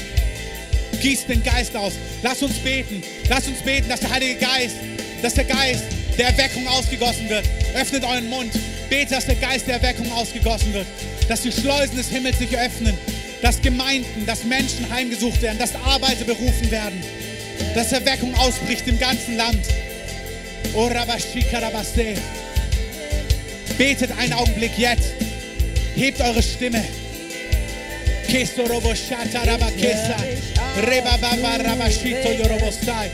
Gieß den Geist aus. Lass uns beten. Lass uns beten, dass der Heilige Geist, dass der Geist der Erweckung ausgegossen wird. Öffnet euren Mund. Betet, dass der Geist der Erweckung ausgegossen wird. Dass die Schleusen des Himmels sich öffnen. Dass Gemeinden, dass Menschen heimgesucht werden. Dass Arbeiter berufen werden. Dass Erweckung ausbricht im ganzen Land. Oh, Rabashikarabase. Betet einen Augenblick jetzt. Hebt eure Stimme. Kesorobo Shatarabakesa. Rebababa Rabashito Yorobosai.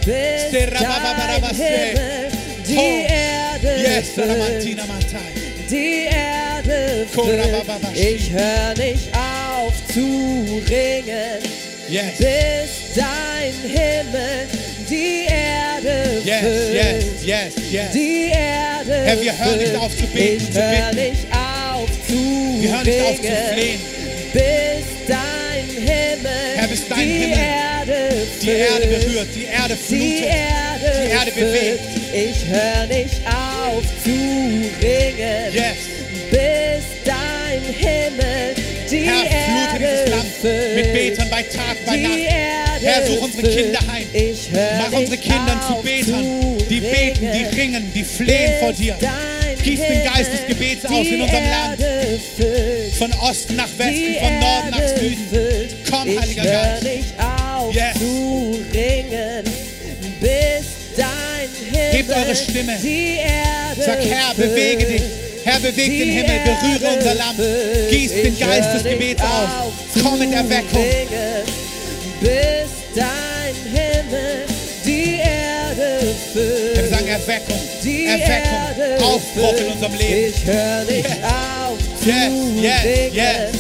Serababababase. Die Erde Yes, füllt, Saramantina Mantai. die Erde füllt. Ich hör nicht auf zu ringen, Yes. bis dein Himmel die Erde Yes, füllt. yes, yes, yes. Die Erde Herr, wir hören nicht füllt. auf zu beten, Ich zu hör bitten. nicht auf zu Wir hören nicht auf zu ringen, flehen. bis dein Himmel Herr, bis dein die Himmel Erde Die füllt. Erde berührt, die Erde Die flutet, Erde, die Erde füllt. bewegt. Ich hör nicht auf zu ringen, Yes. bis dein Himmel die Herr, flute dieses Erde Land füllt. mit Betern bei Tag, bei Die Nacht. Erde Herr, such unsere füllt. Kinder heim. Ich hör Mach unsere nicht Kinder zu auf Betern, die beten, die ringen, die flehen vor dir. Gieß den Geist des Gebets aus in unserem Land. Füllt. Von Osten nach Westen, Die von Norden nach Erde Süden. füllt. Komm, Heiliger Ich hör Geist. nicht auf Yes. zu ringen, bis dein Himmel Hebt eure Stimme. die Erde Sag, Herr, füllt. bewege dich. Herr, beweg den Die Himmel, berühre Erde unser Land. füllt. Gieß den Ich Geist hör des nicht Gebets auf aus. Komm mit zu Erweckung. ringen, bis dein Himmel die Erde füllt. Wir sagen Erweckung, Die Erweckung, Erde Aufbruch in füllt. unserem Leben. Ich hör nicht Yes. auf zu Yes, yes, ringen, yes.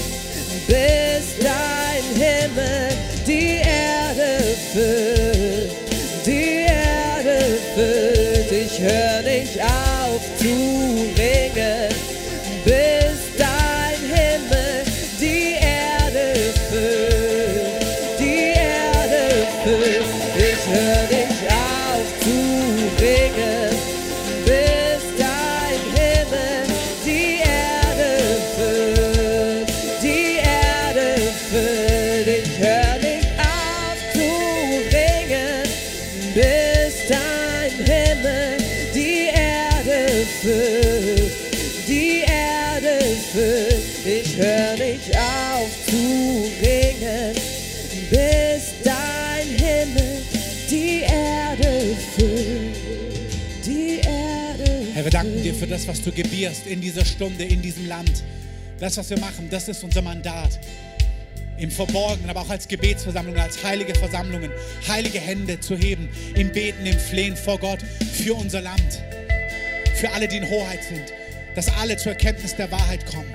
bis dein Himmel die Erde füllt. Die Erde füllt. Ich hör nicht auf zu ringen, bis dein Himmel die Erde füllt. Die Erde füllt. Ich hör nicht auf zu ringen, bis dein Himmel die Erde füllt. Die Erde füllt. Ich hör nicht auf zu ringen, bis dein Himmel die Erde füllt. Die Erde füllt. Ich hör nicht auf zu ringen, bis dein Himmel die Erde füllt. Die Erde Herr, wir danken dir für das, was du gebierst in dieser Stunde, in diesem Land. Das, was wir machen, das ist unser Mandat. Im Verborgenen, aber auch als Gebetsversammlungen, als heilige Versammlungen, heilige Hände zu heben, im Beten, im Flehen vor Gott, für unser Land, für alle, die in Hoheit sind, dass alle zur Erkenntnis der Wahrheit kommen.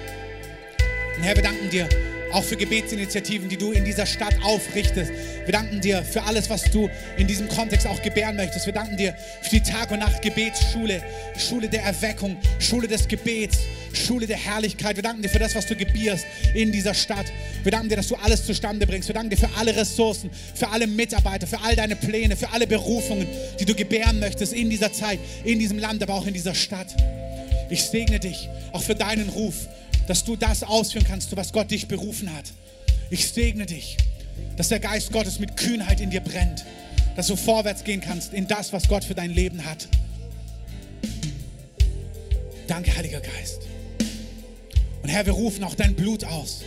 Und Herr, wir danken dir auch für Gebetsinitiativen, die du in dieser Stadt aufrichtest. Wir danken dir für alles, was du in diesem Kontext auch gebären möchtest. Wir danken dir für die Tag- und Nacht-Gebetsschule, Schule der Erweckung, Schule des Gebets, Schule der Herrlichkeit. Wir danken dir für das, was du gebierst in dieser Stadt. Wir danken dir, dass du alles zustande bringst. Wir danken dir für alle Ressourcen, für alle Mitarbeiter, für all deine Pläne, für alle Berufungen, die du gebären möchtest in dieser Zeit, in diesem Land, aber auch in dieser Stadt. Ich segne dich auch für deinen Ruf, dass du das ausführen kannst, zu was Gott dich berufen hat. Ich segne dich, dass der Geist Gottes mit Kühnheit in dir brennt, dass du vorwärts gehen kannst in das, was Gott für dein Leben hat. Danke, Heiliger Geist. Und Herr, wir rufen auch dein Blut aus.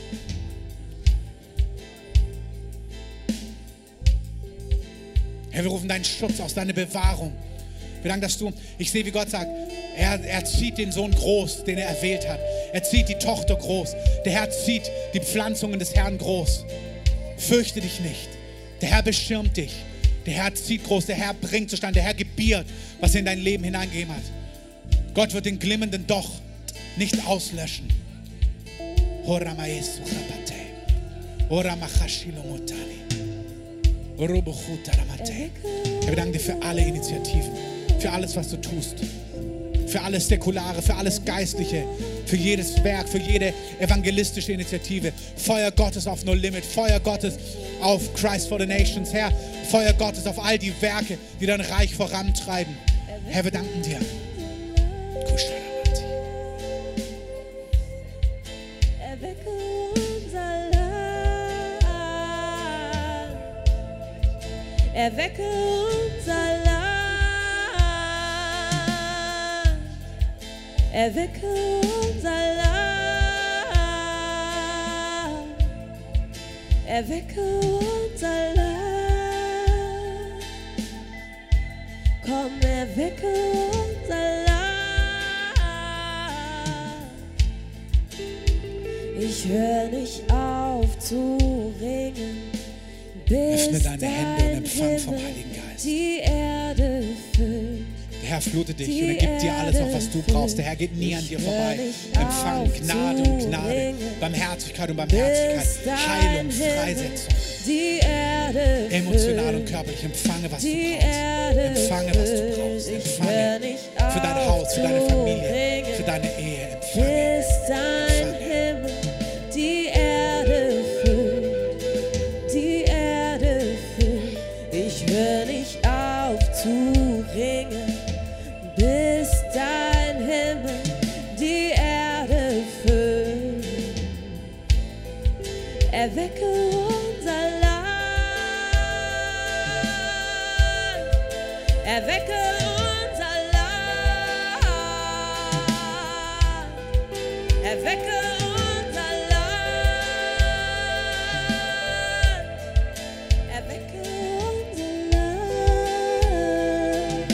Herr, wir rufen deinen Schutz aus, deine Bewahrung. Wir danken, dass ich sehe, wie Gott sagt, er zieht den Sohn groß, den er erwählt hat. Er zieht die Tochter groß. Der Herr zieht die Pflanzungen des Herrn groß. Fürchte dich nicht. Der Herr beschirmt dich. Der Herr zieht groß. Der Herr bringt zustande. Der Herr gebiert, was er in dein Leben hineingegeben hat. Gott wird den glimmenden Doch nicht auslöschen. Wir danken dir für alle Initiativen, für alles, was du tust, für alles Säkulare, für alles Geistliche, für jedes Werk, für jede evangelistische Initiative. Feuer Gottes auf No Limit, Feuer Gottes auf Christ for the Nations, Herr. Feuer Gottes auf all die Werke, die dein Reich vorantreiben. Herr, wir danken dir. Erwecke unser Land. Erwecke unser Land. Erwecke unser Land. Erwecke unser Land. Komm, erwecke unser Land. Ich höre nicht auf zu ringen, bis Öffne deine Hände und dein empfang vom Himmel Heiligen Geist. die Erde füllt. Der Herr flutet dich und er gibt dir alles noch, was du brauchst. Der Herr geht nie an dir vorbei. Empfang Gnade und Gnade, Barmherzigkeit und Barmherzigkeit, Heilung, Freisetzung. Die Erde Emotional und körperlich. Empfange, was du brauchst. Empfange, was du brauchst. Empfange für dein Haus, für deine Familie, für deine Ehe. Empfange. bis dein Himmel die Erde füllt. Die Erde füllt. Ich höre nicht auf zu ringen, bis dein Himmel die Erde füllt. Erwecke unser Land. Erwecke unser Land. Erwecke unser Land. Erwecke unser Land.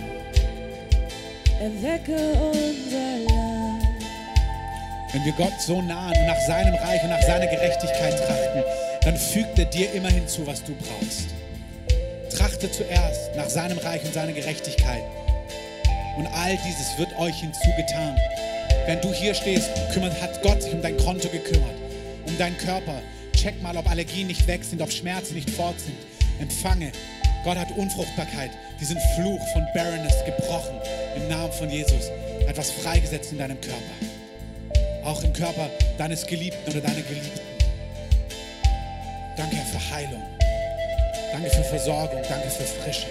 Erwecke unser Land. Wenn wir Gott so nahen und nach seinem Reich und nach seiner Gerechtigkeit trachten, dann fügt er dir immer hinzu, was du brauchst. Trachte zuerst nach seinem Reich und seiner Gerechtigkeit. Und all dieses wird euch hinzugetan. Wenn du hier stehst, hat Gott sich um dein Konto gekümmert, um deinen Körper. Check mal, ob Allergien nicht weg sind, ob Schmerzen nicht fort sind. Empfange. Gott hat Unfruchtbarkeit, diesen Fluch von Barrenness gebrochen im Namen von Jesus. Er hat was freigesetzt in deinem Körper. Auch im Körper deines Geliebten oder deiner Geliebten. Danke, Herr, für Heilung. Danke für Versorgung. Danke für Frische.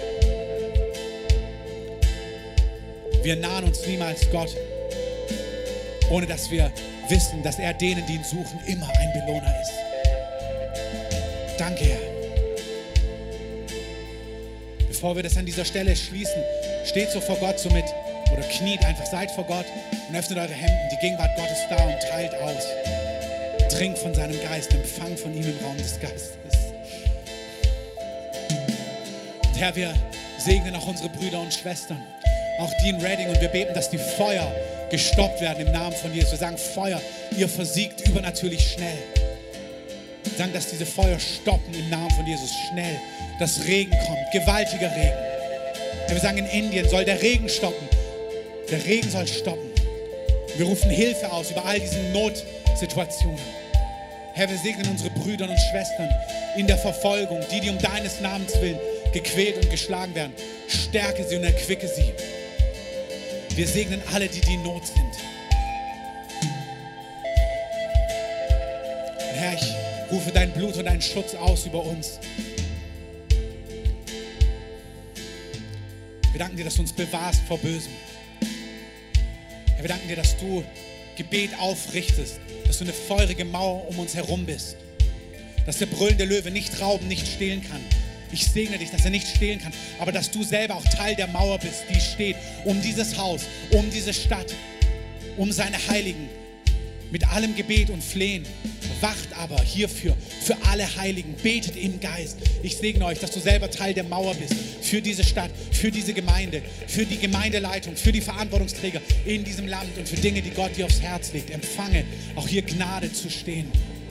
Wir nahen uns niemals Gott, ohne dass wir wissen, dass er denen, die ihn suchen, immer ein Belohner ist. Danke, Herr. Bevor wir das an dieser Stelle schließen, steht so vor Gott so mit, oder kniet einfach, seid vor Gott und öffnet eure Hemden. Die Gegenwart Gottes da und teilt aus. Trinkt von seinem Geist, empfangt von ihm im Raum des Geistes. Und Herr, wir segnen auch unsere Brüder und Schwestern, auch die in Reading, und wir beten, dass die Feuer gestoppt werden im Namen von Jesus. Wir sagen, Feuer, ihr versiegt übernatürlich schnell. Wir sagen, dass diese Feuer stoppen im Namen von Jesus schnell. Dass Regen kommt, gewaltiger Regen. Ja, wir sagen, in Indien soll der Regen stoppen. Der Regen soll stoppen. Wir rufen Hilfe aus über all diesen Notsituationen. Herr, wir segnen unsere Brüder und Schwestern in der Verfolgung, die um deines Namens willen gequält und geschlagen werden. Stärke sie und erquicke sie. Wir segnen alle, die in Not sind. Und Herr, ich rufe dein Blut und deinen Schutz aus über uns. Wir danken dir, dass du uns bewahrst vor Bösem. Herr, wir danken dir, dass du Gebet aufrichtest, dass du eine feurige Mauer um uns herum bist, dass der brüllende Löwe nicht rauben, nicht stehlen kann. Ich segne dich, dass er nicht stehlen kann, aber dass du selber auch Teil der Mauer bist, die steht um dieses Haus, um diese Stadt, um seine Heiligen, mit allem Gebet und Flehen. Wacht aber hierfür, für alle Heiligen, betet im Geist. Ich segne euch, dass du selber Teil der Mauer bist, für diese Stadt, für diese Gemeinde, für die Gemeindeleitung, für die Verantwortungsträger in diesem Land und für Dinge, die Gott dir aufs Herz legt. Empfange auch hier Gnade zu stehen.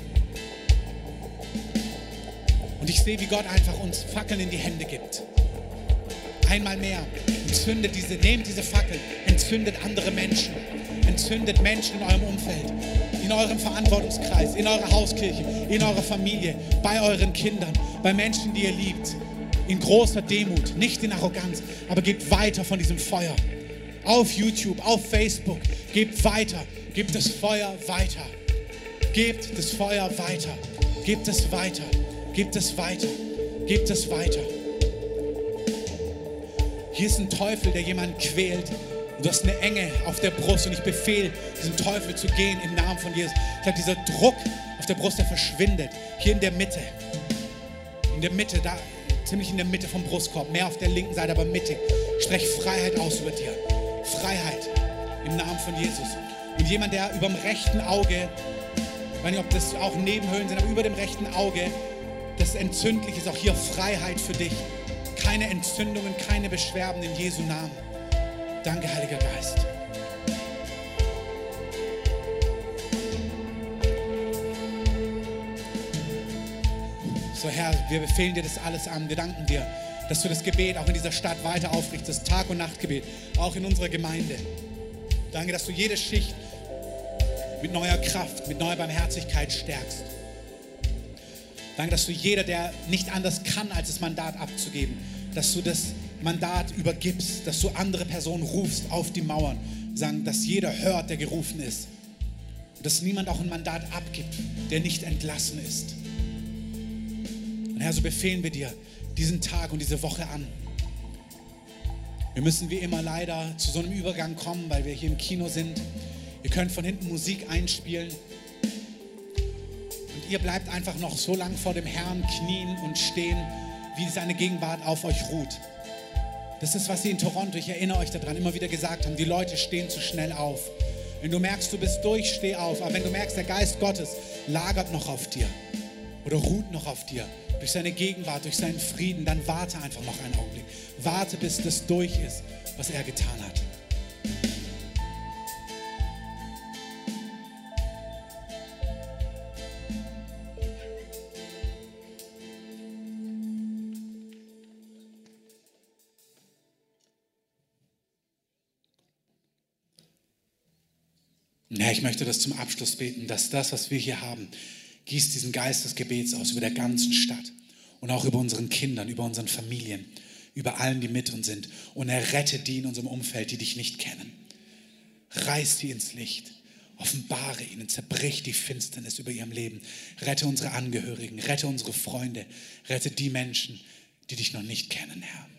Und ich sehe, wie Gott einfach uns Fackeln in die Hände gibt. Einmal mehr, nehmt diese Fackel, entzündet andere Menschen, entzündet Menschen in eurem Umfeld, in eurem Verantwortungskreis, in eurer Hauskirche, in eurer Familie, bei euren Kindern, bei Menschen, die ihr liebt. In großer Demut, nicht in Arroganz, aber gebt weiter von diesem Feuer. Auf YouTube, auf Facebook, gebt weiter, gebt das Feuer weiter. Gebt das Feuer weiter, gebt es weiter, gebt es weiter, gebt es weiter. Hier ist ein Teufel, der jemanden quält. Und du hast eine Enge auf der Brust und ich befehle, diesem Teufel zu gehen im Namen von Jesus. Ich sage, dieser Druck auf der Brust, der verschwindet. Hier in der Mitte, da, ziemlich in der Mitte vom Brustkorb, mehr auf der linken Seite, aber mittig. Sprech Freiheit aus über dir. Freiheit im Namen von Jesus. Und jemand, der über dem rechten Auge, ich weiß nicht, ob das auch Nebenhöhlen sind, aber über dem rechten Auge, das entzündlich ist, auch hier Freiheit für dich. Keine Entzündungen, keine Beschwerden in Jesu Namen. Danke, Heiliger Geist. So, Herr, wir befehlen dir das alles an. Wir danken dir, dass du das Gebet auch in dieser Stadt weiter aufrichtest. Tag- und Nachtgebet, auch in unserer Gemeinde. Danke, dass du jede Schicht mit neuer Kraft, mit neuer Barmherzigkeit stärkst. Danke, dass du jeder, der nicht anders kann, als das Mandat abzugeben, dass du das Mandat übergibst, dass du andere Personen rufst auf die Mauern, sagen, dass jeder hört, der gerufen ist. Und dass niemand auch ein Mandat abgibt, der nicht entlassen ist. Und Herr, so befehlen wir dir diesen Tag und diese Woche an. Wir müssen wie immer leider zu so einem Übergang kommen, weil wir hier im Kino sind. Ihr könnt von hinten Musik einspielen. Und ihr bleibt einfach noch so lang vor dem Herrn knien und stehen, wie seine Gegenwart auf euch ruht. Das ist, was sie in Toronto, ich erinnere euch daran, immer wieder gesagt haben, die Leute stehen zu schnell auf. Wenn du merkst, du bist durch, steh auf. Aber wenn du merkst, der Geist Gottes lagert noch auf dir oder ruht noch auf dir, durch seine Gegenwart, durch seinen Frieden, dann warte einfach noch einen Augenblick. Warte, bis das durch ist, was er getan hat. Ja, ich möchte das zum Abschluss beten, dass das, was wir hier haben, gießt diesen Geist des Gebets aus über der ganzen Stadt und auch über unseren Kindern, über unseren Familien, über allen, die mit uns sind. Und er rettet die in unserem Umfeld, die dich nicht kennen. Reiß die ins Licht, offenbare ihnen, zerbrich die Finsternis über ihrem Leben. Rette unsere Angehörigen, rette unsere Freunde, rette die Menschen, die dich noch nicht kennen, Herr.